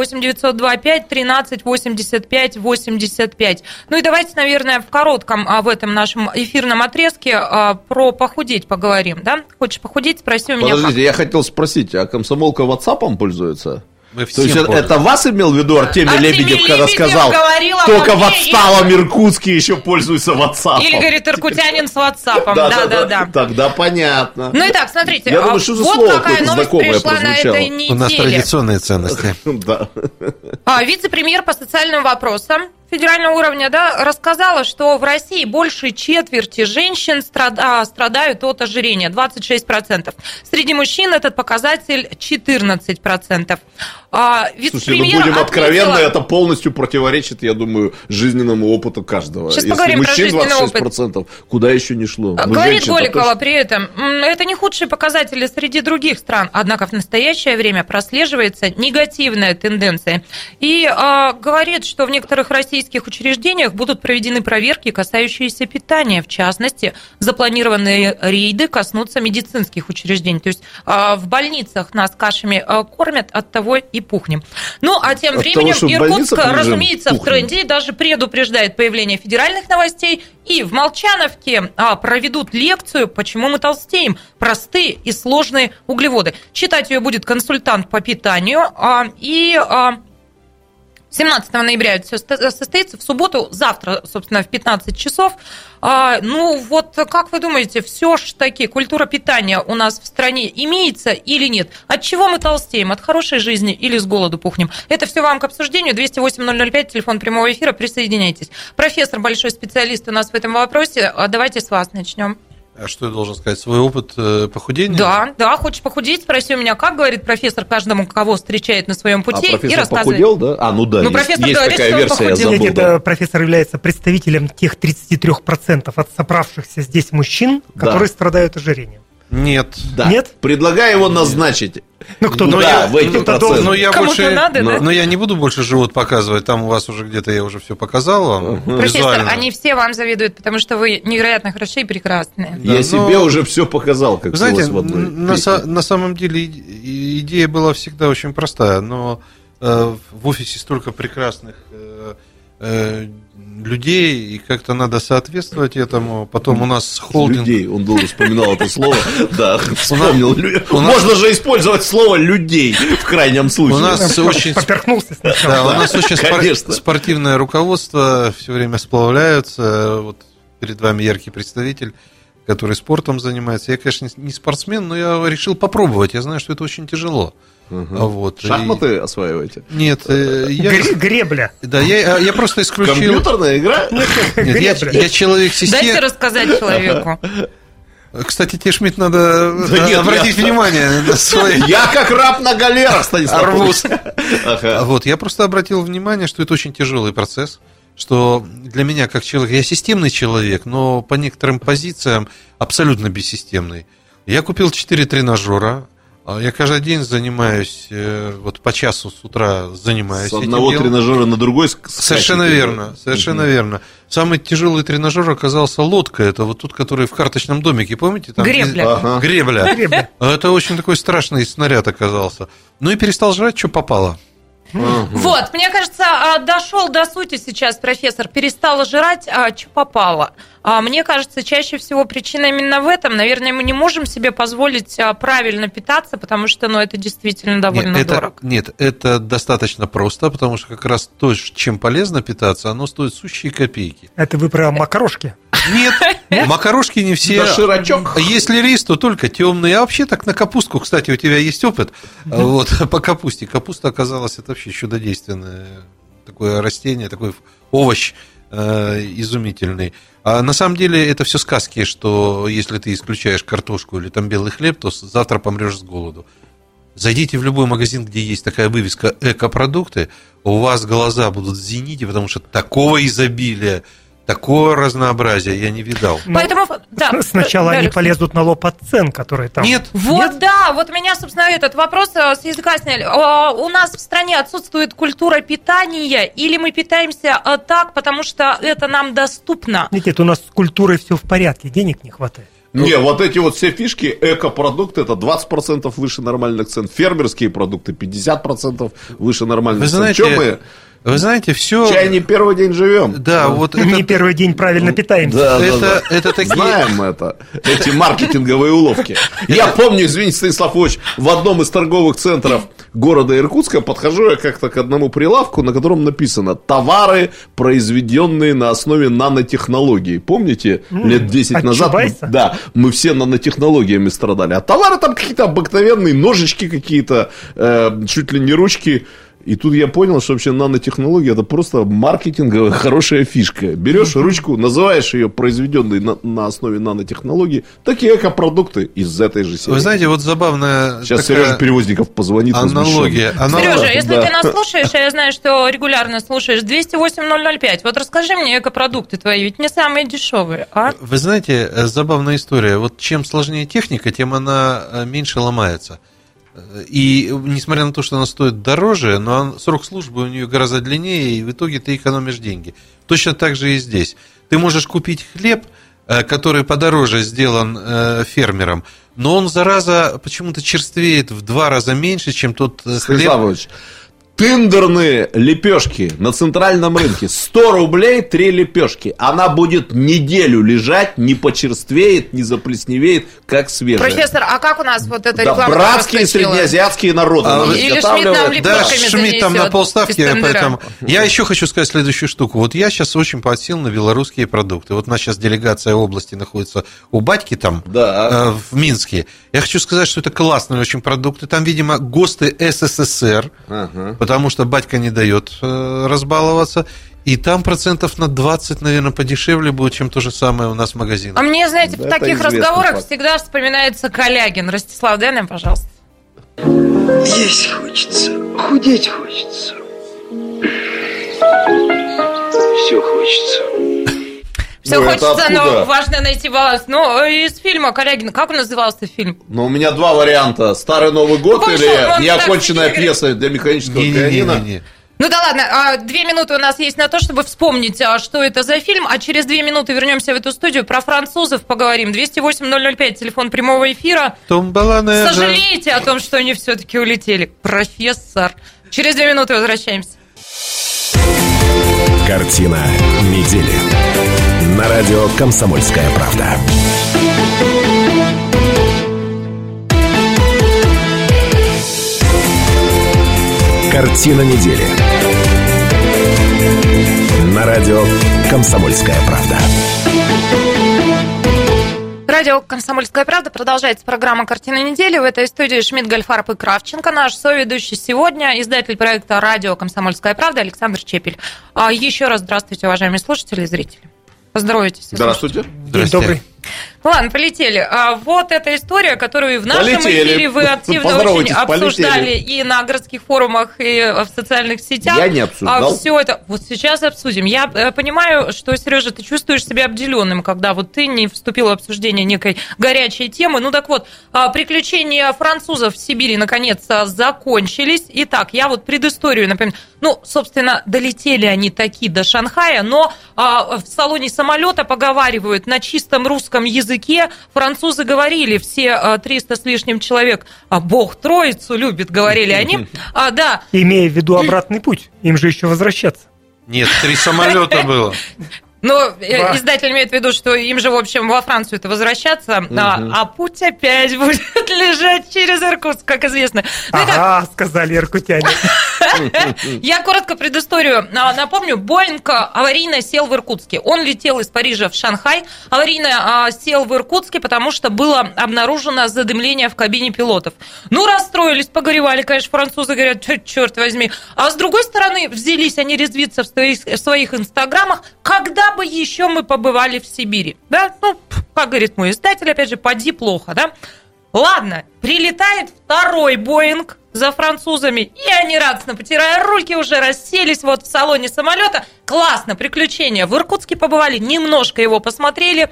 8-902-5-13-85-85. Ну и давайте, наверное, в коротком в этом нашем эфирном отрезке про похудеть поговорим, да? Хочешь похудеть? Спроси у меня. Подождите, я хотел спросить, а комсомолка WhatsApp пользуется? То есть это вас имел в виду Артемий Лебедев, когда сказал, только в отсталом Иркутске еще пользуются WhatsApp? Или, говорит, иркутянин с WhatsApp. Да. Тогда понятно. Ну и так, смотрите, я думаю, что за вот слово какая новость пришла на этой неделе. У нас традиционные ценности. Вице-премьер по социальным вопросам федерального уровня, рассказала, что в России больше четверти женщин страдают от ожирения, 26%. Среди мужчин этот показатель 14%. Слушайте, будем откровенны, это полностью противоречит, я думаю, жизненному опыту каждого. Сейчас если поговорим мужчин про 26%, опыт. Куда еще не шло? Говорит Голикова при этом, это не худшие показатели среди других стран, однако в настоящее время прослеживается негативная тенденция. И говорит, что в некоторых российских учреждениях будут проведены проверки, касающиеся питания. В частности, запланированные рейды коснутся медицинских учреждений. То есть в больницах нас кашами кормят, от того и пухнем. Ну, а тем временем Иркутск, разумеется, в тренде, даже предупреждает появление федеральных новостей. И в Молчановке проведут лекцию «Почему мы толстеем? Простые и сложные углеводы». Читать ее будет консультант по питанию. 17 ноября это все состоится, в субботу, завтра, собственно, в 15 часов. Ну, вот как вы думаете, все-таки культура питания у нас в стране имеется или нет? От чего мы толстеем? От хорошей жизни или с голоду пухнем? Это все вам к обсуждению. 208-005, телефон прямого эфира, присоединяйтесь. Профессор, большой специалист у нас в этом вопросе. Давайте с вас начнем. А что я должен сказать? Свой опыт похудения? Да, хочешь похудеть? Спроси у меня, как, говорит профессор, каждому, кого встречает на своем пути, и рассказывает. Похудел, да? Ну да, профессор есть говорит, такая версия, я забыл. Это профессор является представителем тех 33% от собравшихся здесь мужчин, которые страдают ожирением. Нет. Да. Нет? Предлагаю его назначить. Ну, кто-то в эти проценты. Кому-то надо, да? Но я не буду больше живот показывать. Там у вас уже где-то я уже все показал вам. Профессор, они все вам завидуют, потому что вы невероятно хороши и прекрасные. Я себе уже все показал, как знаете, в одной на самом деле идея была всегда очень простая, но в офисе столько прекрасных людей, и как-то надо соответствовать этому. Потом у нас холдинг... Людей, он долго вспоминал это слово. Да, вспомнил. Можно же использовать слово «людей» в крайнем случае. У нас очень... Поперхнулся сначала. Да, у нас очень спортивное руководство, все время сплавляются. Вот перед вами яркий представитель, который спортом занимается. Я, конечно, не спортсмен, но я решил попробовать. Я знаю, что это очень тяжело. Вот. Шахматы осваиваете? Нет. Гребля. Да, я просто исключил... Компьютерная игра? Нет, я человек системы. Дайте рассказать человеку. Кстати, тебе, Шмидт, надо обратить внимание на свои... Я как раб на галерах, Станислав. Арбуз. Вот, я просто обратил внимание, что это очень тяжелый процесс, что для меня, как человек, я системный человек, но по некоторым позициям абсолютно бессистемный. Я купил 4 тренажера, Я каждый день занимаюсь, вот по часу с утра занимаюсь. С одного тренажера на другой. Совершенно верно, совершенно верно. Самый тяжелый тренажер оказался лодка. Это вот тот, который в карточном домике, помните? Там Гребля. Гребля. Это очень такой страшный снаряд оказался. Ну и перестал жрать, что попало. Вот, мне кажется, дошел до сути сейчас профессор. Перестала жрать, что попало. Мне кажется, чаще всего причина именно в этом. Наверное, мы не можем себе позволить правильно питаться, потому что, это действительно довольно дорого. Нет, это достаточно просто, потому что как раз то, чем полезно питаться, оно стоит сущие копейки. Это вы про макарошки? Нет, макарошки не все. Да, широчок. Если рис, то только темный. А вообще так на капустку, кстати, у тебя есть опыт вот, по капусте. Капуста оказалась это вообще чудодейственное такое растение, такой овощ изумительный. А на самом деле это все сказки, что если ты исключаешь картошку или там белый хлеб, то завтра помрешь с голоду. Зайдите в любой магазин, где есть такая вывеска «Экопродукты», у вас глаза будут в зените, потому что такого изобилия, такого разнообразия я не видал. Поэтому, сначала они полезут на лоб от цен, которые там. Нет. Вот да, вот меня, собственно, этот вопрос с языка сняли. У нас в стране отсутствует культура питания, или мы питаемся так, потому что это нам доступно? Нет, у нас с культурой все в порядке, денег не хватает. Не, вот эти вот все фишки, экопродукты, это 20% выше нормальных цен, фермерские продукты 50% выше нормальных цен. Вы знаете, все. Чай не первый день живем. Да, вот не первый день правильно питаемся. Да. Это такие... Знаем это. Эти маркетинговые уловки. Я помню, извините, Станислав Ильич, в одном из торговых центров города Иркутска подхожу я как-то к одному прилавку, на котором написано «Товары, произведенные на основе нанотехнологий». Помните, лет 10 назад? Да, мы все нанотехнологиями страдали. А товары там какие-то обыкновенные, ножички какие-то, чуть ли не ручки. И тут я понял, что вообще нанотехнология – это просто маркетинговая хорошая фишка. Берешь ручку, называешь ее произведенной на основе нанотехнологий, такие экопродукты из этой же серии. Вы знаете, вот забавная сейчас Сережа Перевозников позвонит. Аналогия. Сережа, если ты нас слушаешь, а я знаю, что регулярно слушаешь, 208-005, вот расскажи мне экопродукты твои, ведь не самые дешевые, а? Вы знаете, забавная история. Вот чем сложнее техника, тем она меньше ломается. И несмотря на то, что она стоит дороже, но срок службы у нее гораздо длиннее, и в итоге ты экономишь деньги. Точно так же и здесь. Ты можешь купить хлеб, который подороже сделан фермером, но он, зараза, почему-то черствеет в 2 раза меньше, чем тот хлеб. Тендерные лепешки на центральном рынке. 100 рублей 3 лепешки. Она будет неделю лежать, не почерствеет, не заплесневеет, как свежая. Профессор, а как у нас вот эта реклама? Да, братские среднеазиатские народы. Или Шмидт нам лепешками да, Шмидт там на полставки. Поэтому я еще хочу сказать следующую штуку. Вот я сейчас очень подсел на белорусские продукты. Вот у нас сейчас делегация области находится у батьки там, в Минске. Я хочу сказать, что это классные очень продукты. Там, видимо, ГОСТы СССР. Потому что батька не дает разбаловаться. И там процентов на 20, наверное, подешевле будет, чем то же самое у нас в магазине. А мне, знаете, в таких разговорах всегда вспоминается Калягин. Ростислав, дай нам, пожалуйста. Есть хочется, худеть хочется. Все хочется. Все хочется, но важно найти баланс. Ну, из фильма Калягин, как назывался фильм? Ну, у меня 2 варианта. «Старый Новый год» или «Неоконченная пьеса для механического пианино». Ну да ладно, 2 минуты у нас есть на то, чтобы вспомнить, что это за фильм, а через 2 минуты вернемся в эту студию, про французов поговорим. 208-005, телефон прямого эфира. Сожалеете о том, что они все-таки улетели? Профессор. Через 2 минуты возвращаемся. Картина недели. На радио «Комсомольская правда». Картина недели. На радио «Комсомольская правда». Радио «Комсомольская правда». Продолжается программа «Картина недели». В этой студии Шмидт, Гольфарб и Кравченко. Наш соведущий сегодня издатель проекта «Радио «Комсомольская правда» Александр Чепель. Еще раз здравствуйте, уважаемые слушатели и зрители. Поздоровайтесь. Здравствуйте. День добрый. Ладно, полетели. Вот эта история, которую в нашем эфире вы активно очень обсуждали и на городских форумах, и в социальных сетях. Я не обсуждал. Все это вот сейчас обсудим. Я понимаю, что, Сережа, ты чувствуешь себя обделенным, когда вот ты не вступил в обсуждение некой горячей темы. Ну так вот, приключения французов в Сибири наконец закончились. Итак, я вот предысторию напомню. Ну, собственно, долетели они таки до Шанхая, но в салоне самолета поговаривают на чистом русском языке. Французы говорили, все 300 с лишним человек, Бог Троицу любит, говорили они. Да. Имея в виду обратный путь, им же еще возвращаться. Нет, 3 самолета было. Но издатель имеет в виду, что им же, в общем, во Францию-то возвращаться, а путь опять будет лежать через Иркутск, как известно. Сказали иркутяне. Я коротко предысторию напомню. Боинг аварийно сел в Иркутске. Он летел из Парижа в Шанхай. Аварийно сел в Иркутске, потому что было обнаружено задымление в кабине пилотов. Ну, расстроились, погоревали, конечно, французы, говорят, черт возьми. А с другой стороны, взялись они резвиться в своих инстаграмах, когда бы еще мы побывали в Сибири. Да? Ну, как говорит мой издатель, опять же, поди плохо, да? Ладно, прилетает второй Боинг за французами, и они, радостно потирая руки, уже расселись вот в салоне самолета. Классно, приключения. В Иркутске побывали, немножко его посмотрели.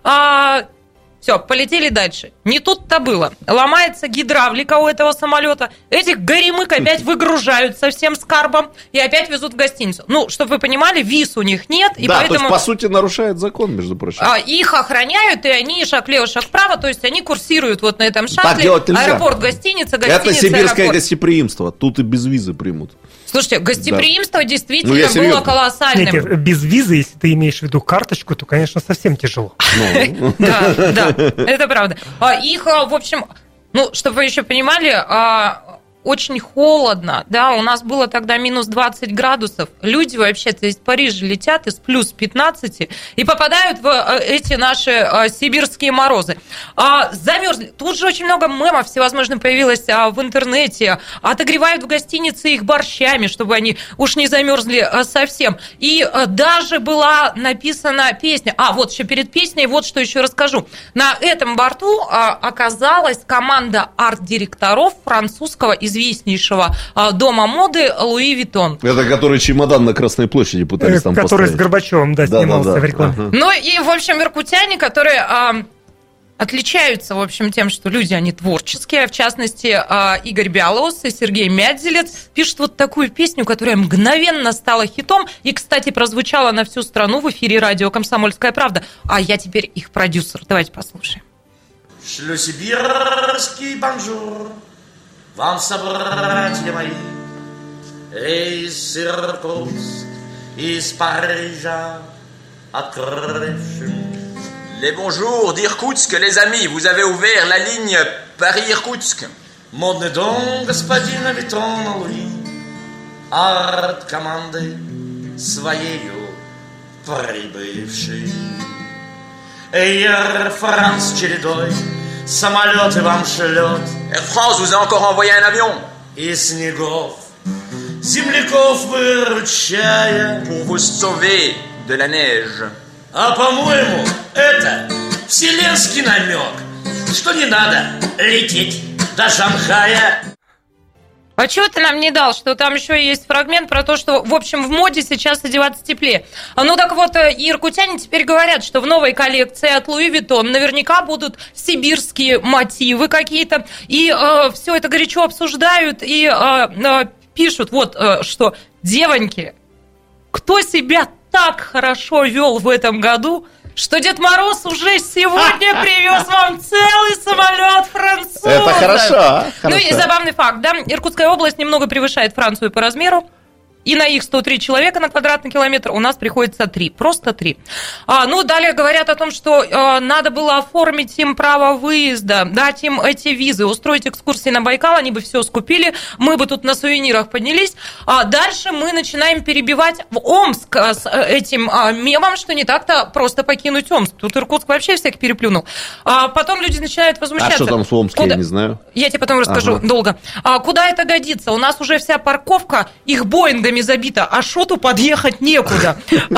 Все, полетели дальше. Не тут-то было. Ломается гидравлика у этого самолета. Этих горемык опять выгружают со всем скарбом и опять везут в гостиницу. Ну, чтобы вы понимали, виз у них нет. И да, поэтому... то есть, по сути, нарушает закон, между прочим. Их охраняют, и они шаг влево, шаг вправо. То есть, они курсируют вот на этом шаттле. Так делать нельзя. Аэропорт, гостиница, это сибирское аэропорт. Гостеприимство. Тут и без визы примут. Слушайте, гостеприимство действительно было колоссальным. Нет, без визы, если ты имеешь в виду карточку, то, конечно, совсем тяжело. Да, это правда. Их, в общем, ну, чтобы вы еще понимали, очень холодно, да, у нас было тогда минус 20 градусов. Люди вообще-то из Парижа летят из плюс 15 и попадают в эти наши сибирские морозы. Замерзли. Тут же очень много мемов всевозможных появилось в интернете. Отогревают в гостинице их борщами, чтобы они уж не замерзли совсем. И даже была написана песня. Вот еще перед песней вот что еще расскажу. На этом борту оказалась команда арт-директоров французского известнейшего дома моды Луи Виттон. Это который чемодан на Красной площади пытались там который поставить. с Горбачевым, снимался в рекламе. Ну и, в общем, иркутяне, которые отличаются, в общем, тем, что люди, они творческие. В частности, Игорь Бялоус и Сергей Мядзелец пишут вот такую песню, которая мгновенно стала хитом и, кстати, прозвучала на всю страну в эфире радио «Комсомольская правда». А я теперь их продюсер. Давайте послушаем. Шлюсибирский бонжур вам, собратья мои, из Иркутска, из Парижа, открывшим. Les bonjours d'Irkoutsk, les amis, vous avez ouvert la ligne Paris-Irkoutsk. Модный дом господина Виттона Луи, арт-команды своею прибывший. Эйр Франс чередой самолеты вам шлет. Air France vous a encore envoyé un avion. И снегов, земляков выручая. Pour vous sauver de la neige. А по-моему, это вселенский намек, что не надо лететь до Шанхая. А чего ты нам не дал, что там еще есть фрагмент про то, что, в общем, в моде сейчас одеваться теплее? Ну так вот, и иркутяне теперь говорят, что в новой коллекции от Луи Виттон наверняка будут сибирские мотивы какие-то, и все это горячо обсуждают, и пишут, вот что, девоньки, кто себя так хорошо вел в этом году, что Дед Мороз уже сегодня привез вам целый самолет французов. Это хорошо. Ну и забавный факт, да, Иркутская область немного превышает Францию по размеру. И на их 103 человека на квадратный километр у нас приходится 3, просто 3. Ну, далее говорят о том, что надо было оформить им право выезда, дать им эти визы, устроить экскурсии на Байкал, они бы все скупили, мы бы тут на сувенирах поднялись. Дальше мы начинаем перебивать в Омск с этим мемом, что не так-то просто покинуть Омск. Тут Иркутск вообще всех переплюнул. Потом люди начинают возмущаться. А что там в Омске, я не знаю. Я тебе потом расскажу долго. Куда это годится? У нас уже вся парковка их Боингами французами забито, а Шоту подъехать некуда.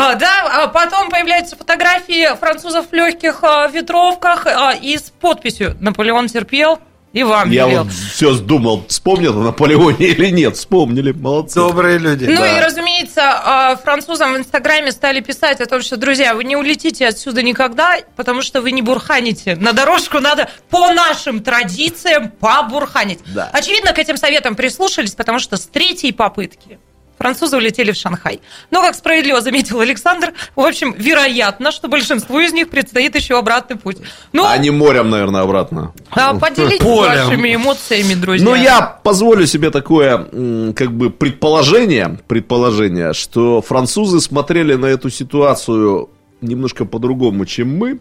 Потом появляются фотографии французов в легких ветровках и с подписью «Наполеон терпел». И вам я велел. вот все думал, вспомнят о Наполеоне или нет. Вспомнили, молодцы. Добрые люди. Ну и, разумеется, французам в Инстаграме стали писать о том, что, друзья, вы не улетите отсюда никогда, потому что вы не бурханите. На дорожку надо по нашим традициям побурханить. Да. Очевидно, к этим советам прислушались, потому что с третьей попытки французы улетели в Шанхай. Но, как справедливо заметил Александр, в общем, вероятно, что большинству из них предстоит еще обратный путь. Ну, а не морем, наверное, обратно. Поделитесь вашими эмоциями, друзья. Ну, я позволю себе такое, как бы, предположение, что французы смотрели на эту ситуацию немножко по-другому, чем мы.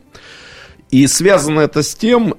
И связано это с тем,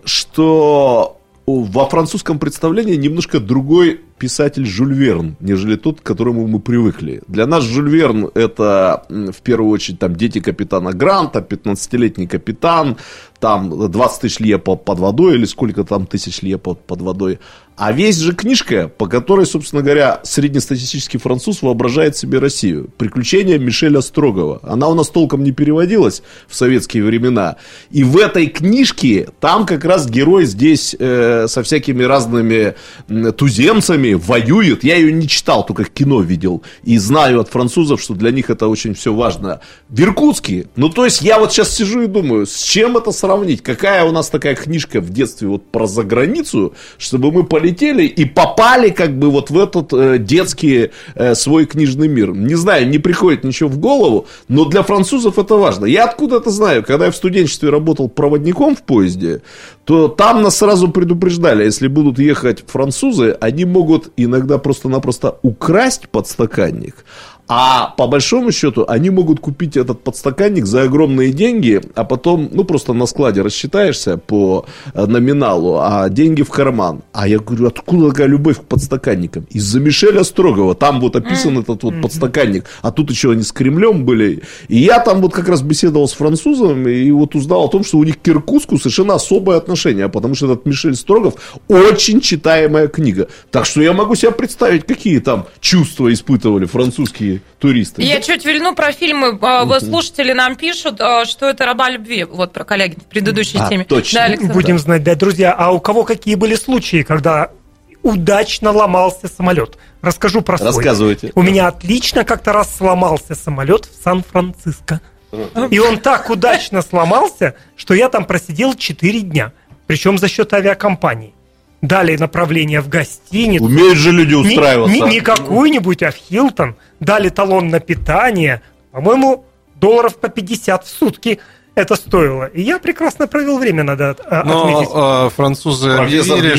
что во французском представлении немножко другой писатель Жюль Верн, нежели тот, к которому мы привыкли. Для нас Жюль Верн — это, в первую очередь, там, дети капитана Гранта, 15-летний капитан, там 20 тысяч лье под водой, или сколько там тысяч лье под водой. А весь же книжка, по которой, собственно говоря, среднестатистический француз воображает себе Россию. «Приключения Мишеля Строгова». Она у нас толком не переводилась в советские времена. И в этой книжке там как раз герой здесь со всякими разными туземцами воюет. Я ее не читал, только в кино видел. И знаю от французов, что для них это очень все важно. В Иркутске. Ну, то есть, я вот сейчас сижу и думаю, с чем это сравнить? Какая у нас такая книжка в детстве вот про заграницу, чтобы мы полетели и попали как бы вот в этот детский свой книжный мир. Не знаю, не приходит ничего в голову, но для французов это важно. Я откуда это знаю? Когда я в студенчестве работал проводником в поезде, то там нас сразу предупреждали, если будут ехать французы, они могут иногда просто-напросто украсть подстаканник, а по большому счету они могут купить этот подстаканник за огромные деньги, а потом, ну, просто на складе рассчитаешься по номиналу, а деньги в карман. А я говорю, откуда такая любовь к подстаканникам? Из-за Мишеля Строгова. Там вот описан этот вот подстаканник, а тут еще они с Кремлем были. И я там вот как раз беседовал с французом и вот узнал о том, что у них к Иркутску совершенно особое отношение, потому что этот Мишель Строгов очень читаемая книга. Так что я могу себе представить, какие там чувства испытывали французские туристы. Я чуть вильну про фильмы. Слушатели нам пишут, что это «Раба любви». Вот про Калягин в предыдущей теме. Точно. Да, будем знать, да, друзья. А у кого какие были случаи, когда удачно ломался самолет? Расскажу про свой. Рассказывайте. У меня отлично как-то раз сломался самолет в Сан-Франциско. И он так удачно сломался, что я там просидел 4 дня. Причем за счет авиакомпании. Дали направление в гостиницу. Умеют же люди устраиваться. Не какую-нибудь, а в Хилтон. Дали талон на питание. По-моему, долларов по 50 в сутки это стоило. И я прекрасно провел время, надо отметить. Но французы объявили,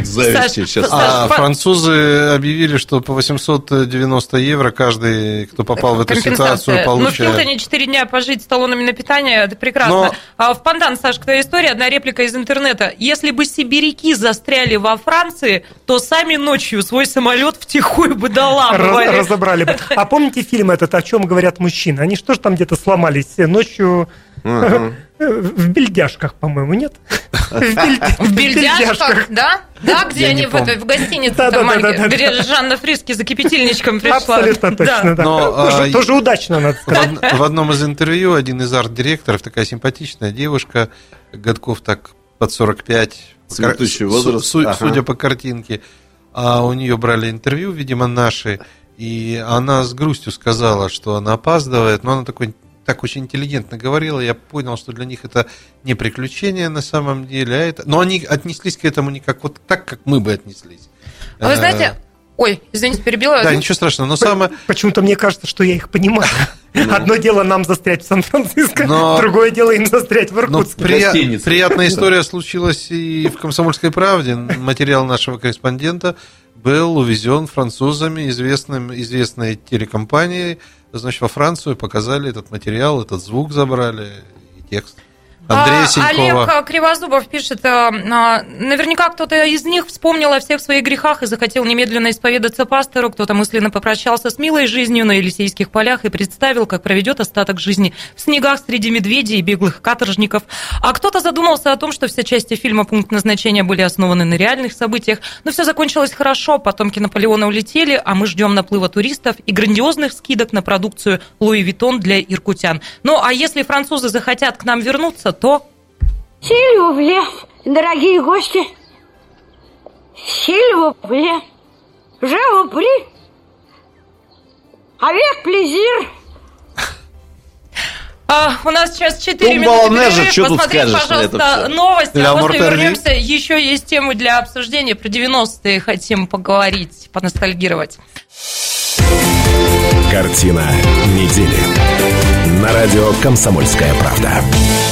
что... французы объявили, что по 890 евро каждый, кто попал в эту ситуацию, получает. Ну, в Хилтоне 4 дня пожить с талонами на питание, это прекрасно. В пандан, Саш, к твоей истории, одна реплика из интернета. Если бы сибиряки застряли во Франции, то сами ночью свой самолет втихую бы доламывали. Разобрали бы. А помните фильм этот, о чем говорят мужчины? Они что же там где-то сломались ночью... В бельдяшках, по-моему, нет? В бельдяшках, да? Да, где они в гостинице там маленькие, где Жанна Фриске за кипятильничком пришла. Абсолютно точно, да. Тоже удачно, надо сказать. В одном из интервью один из арт-директоров, такая симпатичная девушка, годков так под 45, цветущий возраст, судя по картинке, а у нее брали интервью, видимо, наши, и она с грустью сказала, что она опаздывает, но она так очень интеллигентно говорила, я понял, что для них это не приключение на самом деле, а это... но они отнеслись к этому не как вот так, как мы бы отнеслись. А вы знаете... Ой, извините, перебила. Да, ничего страшного, но самое... Почему-то мне кажется, что я их понимаю. Одно дело нам застрять в Сан-Франциско, другое дело им застрять в Иркутске. Приятная история случилась и в «Комсомольской правде». Материал нашего корреспондента был увезен французами, известной телекомпанией. Значит, во Францию показали этот материал, этот звук забрали и текст. Андрея Синькова. Олег Кривозубов пишет, наверняка кто-то из них вспомнил о всех своих грехах и захотел немедленно исповедаться пастору, кто-то мысленно попрощался с милой жизнью на Елисейских полях и представил, как проведет остаток жизни в снегах среди медведей и беглых каторжников, а кто-то задумался о том, что все части фильма «Пункт назначения» были основаны на реальных событиях, но все закончилось хорошо, потомки Наполеона улетели, а мы ждем наплыва туристов и грандиозных скидок на продукцию Луи Виттон для иркутян. Ну, а если французы захотят к нам вернуться, то... Сильвупле, дорогие гости, сильвупле, живупли, avec plaisir. У нас сейчас 4 минуты перерыв. Посмотрите, пожалуйста, новости. А после вернемся. Еще есть темы для обсуждения. Про 90-е хотим поговорить, поностальгировать. Картина недели. На радио «Комсомольская правда».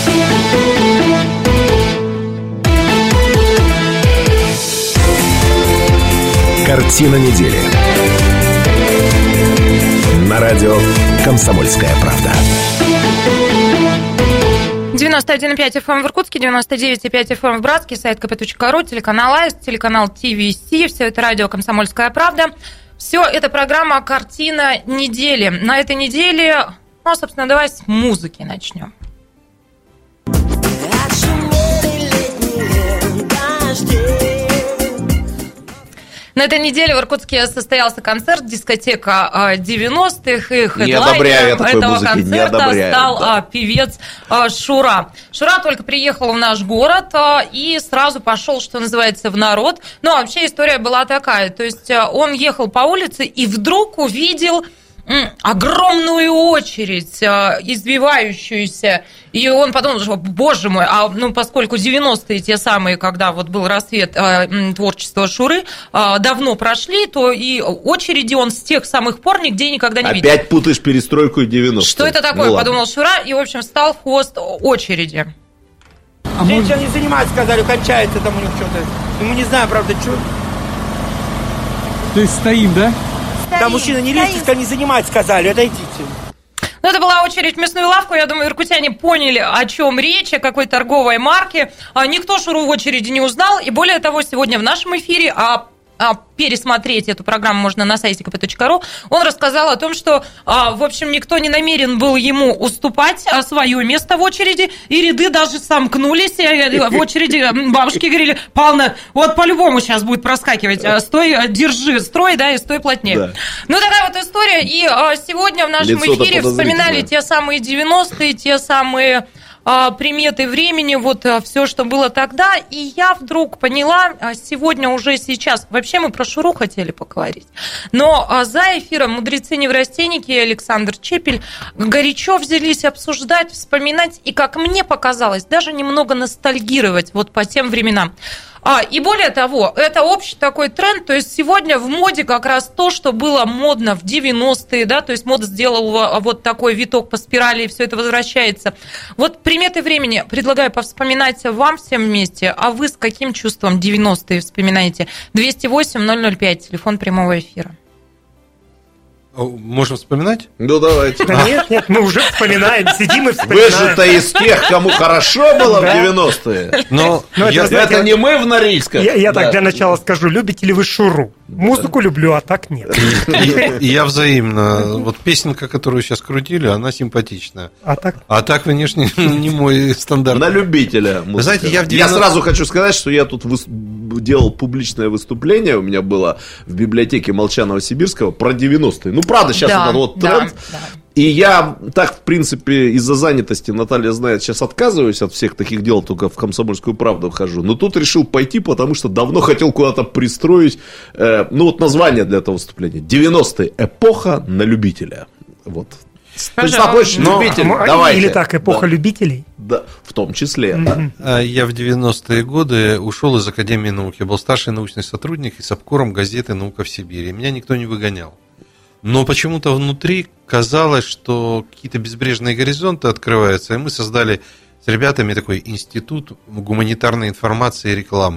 Картина недели. На радио «Комсомольская правда». 91,5 FM в Иркутске, 99,5 FM в Братске, сайт kp.ru, телеканал АИС, телеканал ТВС, все это радио «Комсомольская правда». Все, это программа «Картина недели». На этой неделе, ну, собственно, давай с музыки начнем. На этой неделе в Иркутске состоялся концерт «Дискотека 90-х», и хедлайнером этого концерта стал певец Шура. Шура только приехал в наш город и сразу пошел, что называется, в народ. Но вообще история была такая, то есть он ехал по улице и вдруг увидел огромную очередь, избивающуюся, и он подумал, что, боже мой, поскольку 90-е те самые, когда вот был расцвет творчества Шуры, давно прошли, то и очереди он с тех самых пор нигде никогда не видел. Опять путаешь перестройку и 90-е. Что это такое, подумал Шура, и, в общем, встал в хвост очереди. Женщина не занимается, сказали, кончается там у них что-то. Мы не знаем, правда, что. То есть стоим, да? Там мужчина не лезьте, не занимается, сказали, отойдите. Ну, это была очередь в мясную лавку. Я думаю, иркутяне поняли, о чем речь, о какой торговой марке. Никто Шуру в очереди не узнал. И более того, сегодня в нашем эфире, пересмотреть эту программу можно на сайте kp.ru, он рассказал о том, что, в общем, никто не намерен был ему уступать свое место в очереди, и ряды даже сомкнулись. В очереди бабушки говорили: Павловна, вот по-любому сейчас будет проскакивать. Стой, держи строй, да, и стой плотнее. Да. Ну, такая вот история. И сегодня в нашем эфире вспоминали те самые 90-е, те самые приметы времени, вот все, что было тогда. И я вдруг поняла, сегодня уже сейчас, вообще мы про Шуру хотели поговорить, но за эфиром мудрецы-неврастенники Александр Чепель горячо взялись обсуждать, вспоминать и, как мне показалось, даже немного ностальгировать вот по тем временам. И более того, это общий такой тренд, то есть сегодня в моде как раз то, что было модно в 90-е, да, то есть мода сделала вот такой виток по спирали, и все это возвращается. Вот приметы времени предлагаю повспоминать вам всем вместе, а вы с каким чувством 90-е вспоминаете? 208-005, телефон прямого эфира. Можем вспоминать? Ну, давайте. Да нет, мы уже вспоминаем, сидим и вспоминаем. Вы же-то из тех, кому хорошо было в 90-е. Но это не мы в Норильском. Я так для начала скажу, любите ли вы Шуру? Музыку люблю, а так нет. Я взаимно. Вот песенка, которую сейчас крутили, она симпатичная. А так, конечно, не мой стандарт. На любителя. Вы знаете, я сразу хочу сказать, что я тут делал публичное выступление, у меня было в библиотеке Молчанова-Сибирского про 90-е. Ну, правда, сейчас это вот тренд. Да. И я так, в принципе, из-за занятости, Наталья знает, сейчас отказываюсь от всех таких дел, только в «Комсомольскую правду» хожу. Но тут решил пойти, потому что давно хотел куда-то пристроить, название для этого выступления. 90-е. Эпоха на любителя. Вот. Любитель, давайте. Или так, эпоха любителей? Да, в том числе. Я в 90-е годы ушел из Академии наук. Я был старший научный сотрудник и сапкором газеты «Наука в Сибири». Меня никто не выгонял. Но почему-то внутри казалось, что какие-то безбрежные горизонты открываются, и мы создали с ребятами такой институт гуманитарной информации и рекламы.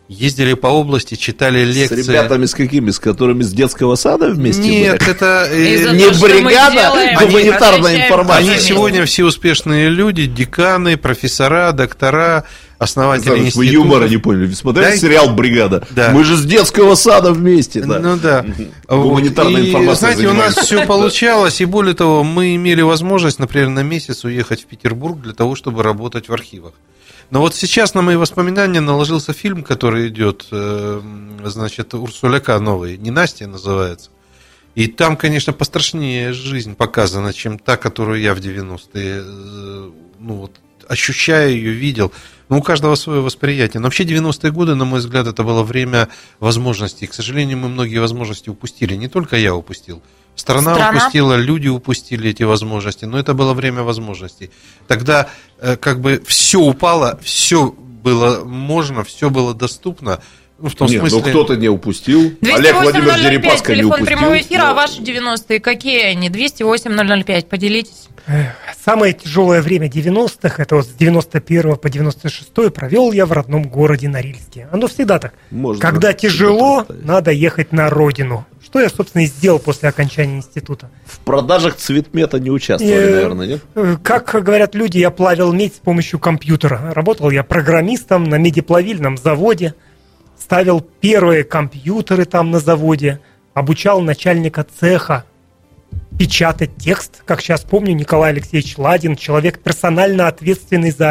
ездили по области, читали лекции. С ребятами с какими? С которыми с детского сада вместе? Нет, были? Это не бригада, гуманитарная информация. Они сегодня все успешные люди, деканы, профессора, доктора, основатели институтов. Вы юмора не поняли. Вы смотрели сериал «Бригада»? Да. Мы же с детского сада вместе. Да. Ну да. Гуманитарная информация. Знаете, у нас все получалось, и более того, мы имели возможность, например, на месяц уехать в Петербург для того, чтобы работать в архивах. Но вот сейчас на мои воспоминания наложился фильм, который идет, значит, Урсуляка новый, «Ненастье» называется. И там, конечно, пострашнее жизнь показана, чем та, которую я в 90-е, ну, вот, ощущая ее, видел. Ну, у каждого свое восприятие. Но вообще 90-е годы, на мой взгляд, это было время возможностей. К сожалению, мы многие возможности упустили. Не только я упустил. Страна упустила, люди упустили эти возможности, но это было время возможностей. Тогда как бы все упало, все было можно, все было доступно. Ну, в том смысле... но кто-то не упустил. Олег Владимирович Дерипаска не упустил. Телефон прямого эфира, а ваши 90-е какие они? 208-005, поделитесь. Самое тяжелое время 90-х, это вот с 91 по 96 провел я в родном городе Норильске. Оно всегда так. Когда тяжело, надо ехать на родину. Что я, собственно, и сделал после окончания института. В продажах цветмета не участвовали, наверное, нет? Как говорят люди, я плавил медь с помощью компьютера. Работал я программистом на медиплавильном заводе. Ставил первые компьютеры там на заводе. Обучал начальника цеха печатать текст. Как сейчас помню, Николай Алексеевич Ладин, человек персонально ответственный за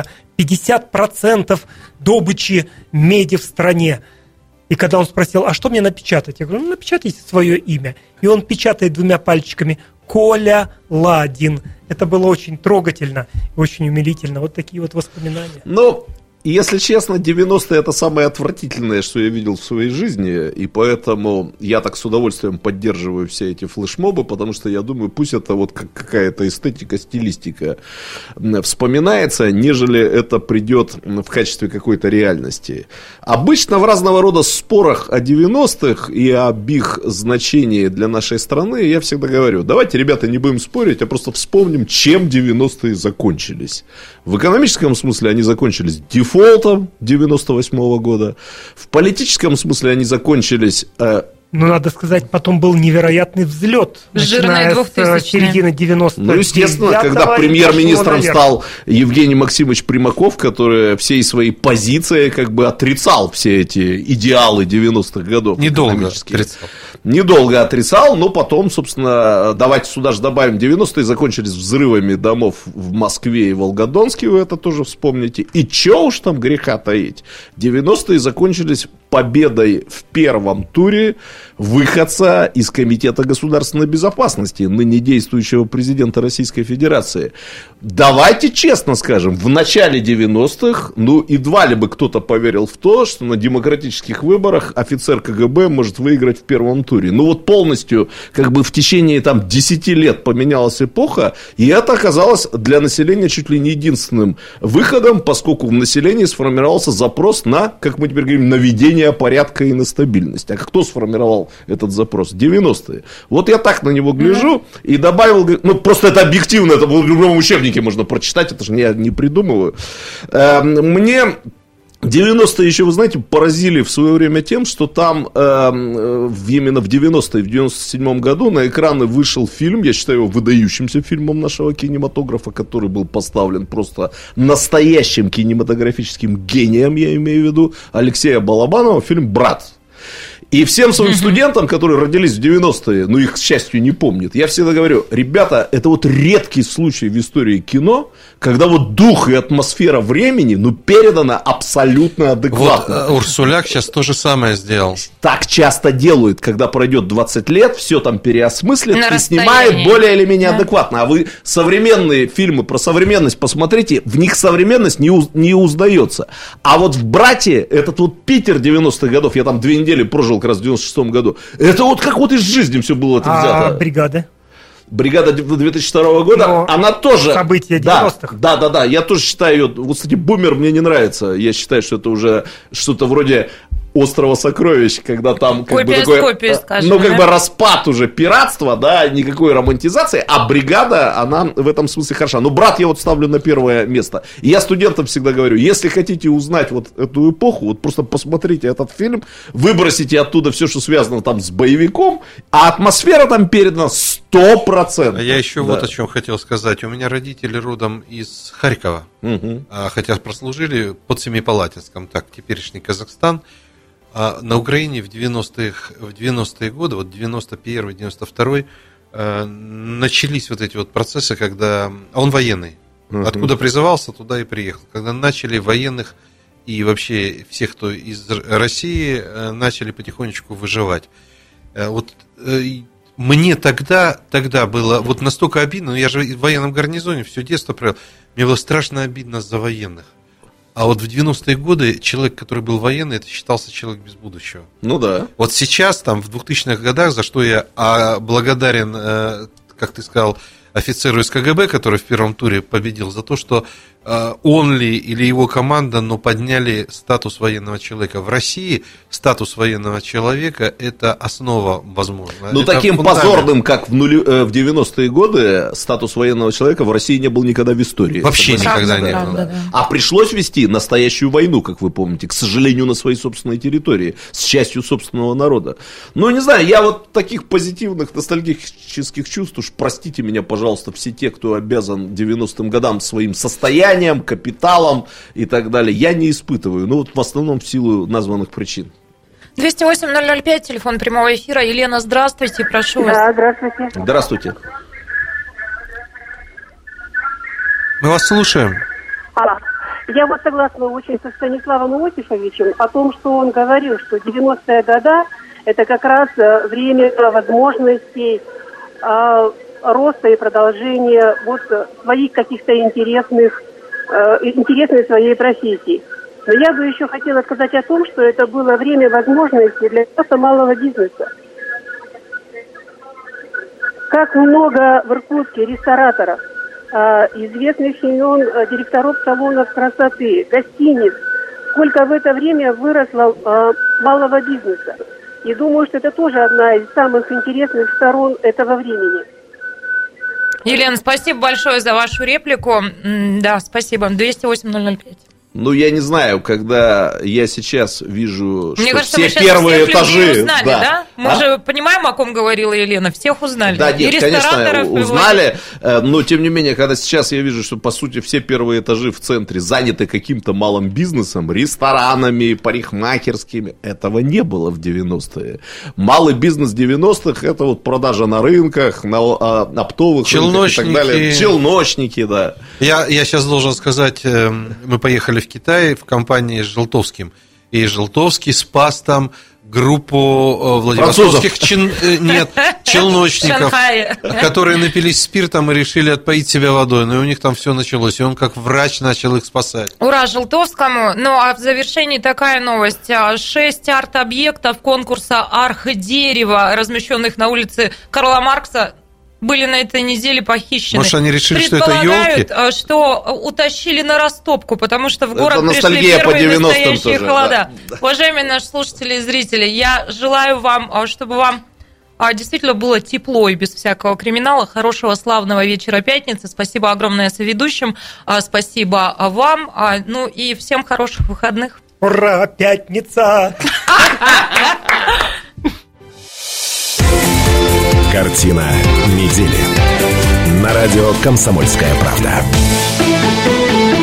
50% добычи меди в стране. И когда он спросил, а что мне напечатать? Я говорю, ну, напечатайте свое имя. И он печатает двумя пальчиками Коля Ладин. Это было очень трогательно и очень умилительно. Вот такие вот воспоминания. Ну, если честно, 90-е это самое отвратительное, что я видел в своей жизни, и поэтому я так с удовольствием поддерживаю все эти флешмобы, потому что я думаю, пусть это вот какая-то эстетика, стилистика вспоминается, нежели это придет в качестве какой-то реальности. Обычно в разного рода спорах о 90-х и об их значении для нашей страны я всегда говорю, давайте, ребята, не будем спорить, а просто вспомним, чем 90-е закончились. В экономическом смысле они закончились дефолтом 98 года. В политическом смысле они закончились... Ну, надо сказать, потом был невероятный взлет, начиная с середины 90-х. Ну, естественно, когда премьер-министром стал Евгений Максимович Примаков, который всей своей позицией как бы отрицал все эти идеалы 90-х годов. Недолго отрицал, но потом, собственно, давайте сюда же добавим, 90-е закончились взрывами домов в Москве и Волгодонске, вы это тоже вспомните. И чё уж там греха таить. 90-е закончились победой в первом туре выходца из Комитета государственной безопасности, ныне действующего президента Российской Федерации. Давайте честно скажем, в начале 90-х, ну, едва ли бы кто-то поверил в то, что на демократических выборах офицер КГБ может выиграть в первом туре. Ну, вот полностью, как бы в течение там 10 лет поменялась эпоха, и это оказалось для населения чуть ли не единственным выходом, поскольку в населении сформировался запрос на, как мы теперь говорим, наведение порядка и на стабильность. А кто сформировал этот запрос? 90-е. Вот я так на него гляжу и добавил, ну, просто это объективно, это в любом учебнике можно прочитать, это же я не придумываю. Мне 90-е еще, вы знаете, поразили в свое время тем, что там именно в 90-е, в 97-м году на экраны вышел фильм, я считаю его выдающимся фильмом нашего кинематографа, который был поставлен просто настоящим кинематографическим гением, я имею в виду, Алексея Балабанова, фильм «Брат». И всем своим студентам, которые родились в 90-е, ну их, к счастью, не помнят, я всегда говорю, ребята, это вот редкий случай в истории кино, когда вот дух и атмосфера времени, ну, передана абсолютно адекватно. Вот Урсуляк сейчас то же самое сделал. Так часто делают, когда пройдет 20 лет, все там переосмыслят и снимают более или менее адекватно. А вы современные фильмы про современность посмотрите, в них современность не узнается. А вот в «Брате» этот вот Питер 90-х годов, я там 2 недели прожил как раз в 96-м году, это вот как вот из жизни все было это взято. А «Бригада»? «Бригада» 2002 года, но она тоже... События 90-х. Да, я тоже считаю ее... Вот, кстати, «Бумер» мне не нравится. Я считаю, что это уже что-то вроде «Острова сокровищ», когда там как бы такой, скажем, ну, как бы распад уже пиратства, да, никакой романтизации, а «Бригада», она в этом смысле хороша. Но «Брат» я вот ставлю на первое место. И я студентам всегда говорю, если хотите узнать вот эту эпоху, вот просто посмотрите этот фильм, выбросите оттуда все, что связано там с боевиком, а атмосфера там передана 100%. А я еще вот о чем хотел сказать. У меня родители родом из Харькова, хотя прослужили под Семипалатинском, так, теперешний Казахстан. А на Украине в 90-е годы, вот 91-й, 92-й, начались вот эти вот процессы, когда... Он военный. Откуда призывался, туда и приехал. Когда начали военных и вообще всех, кто из России, начали потихонечку выживать. Вот мне тогда было вот настолько обидно, я же в военном гарнизоне все детство провел, мне было страшно обидно за военных. А вот в 90-е годы человек, который был военный, это считался человек без будущего. Ну да. Вот сейчас, там, в 2000-х годах, за что я благодарен, как ты сказал, офицеру из КГБ, который в первом туре победил, за то, что он ли или его команда, но подняли статус военного человека. В России статус военного человека – это основа возможно. Ну, таким позорным, как в 90-е годы, статус военного человека в России не был никогда в истории. Вообще никогда не было. Да. А пришлось вести настоящую войну, как вы помните, к сожалению, на своей собственной территории, с частью собственного народа. Ну, не знаю, я вот таких позитивных, ностальгических чувств, уж простите меня, пожалуйста, все те, кто обязан 90-м годам своим состоянием, капиталом и так далее, я не испытываю. Ну, вот в основном в силу названных причин. 208-005, телефон прямого эфира. Елена, здравствуйте, прошу вас. Да, здравствуйте. Здравствуйте. Мы вас слушаем. Я вот согласна очень со Станиславом Иосифовичем о том, что он говорил, что 90-е годы это как раз время возможностей роста и продолжения вот своих каких-то интересной своей профессии. Но я бы еще хотела сказать о том, что это было время возможностей для просто малого бизнеса. Как много в Иркутске рестораторов, известных имен директоров салонов красоты, гостиниц, сколько в это время выросло малого бизнеса. И думаю, что это тоже одна из самых интересных сторон этого времени. Елена, спасибо большое за вашу реплику. Да, спасибо. 208-005. Ну, я не знаю, когда я сейчас вижу, мне что кажется, все первые этажи... Узнали, да? Мы же понимаем, о ком говорила Елена. Всех узнали. Да, нет, конечно, узнали. Но, тем не менее, когда сейчас я вижу, что, по сути, все первые этажи в центре заняты каким-то малым бизнесом, ресторанами, парикмахерскими, этого не было в 90-е. Малый бизнес 90-х – это вот продажа на рынках, на оптовых рынках и так далее. Челночники, да. Я сейчас должен сказать, мы поехали в Китай в компании с Желтовским. И Желтовский спас там группу владивостокских челночников, которые напились спиртом и решили отпоить себя водой. Ну и у них там все началось. И он как врач начал их спасать. Ура Желтовскому. Ну а в завершении такая новость. 6 арт-объектов конкурса «Арх-дерево», размещенных на улице Карла Маркса, были на этой неделе похищены. Может, они решили, что это елки? Предполагают, что утащили на растопку, потому что в город пришли первые настоящие холода. Да. Уважаемые наши слушатели и зрители, я желаю вам, чтобы вам действительно было тепло и без всякого криминала. Хорошего, славного вечера пятницы. Спасибо огромное соведущим. Спасибо вам. Ну и всем хороших выходных. Ура, пятница! Картина недели. На радио «Комсомольская правда».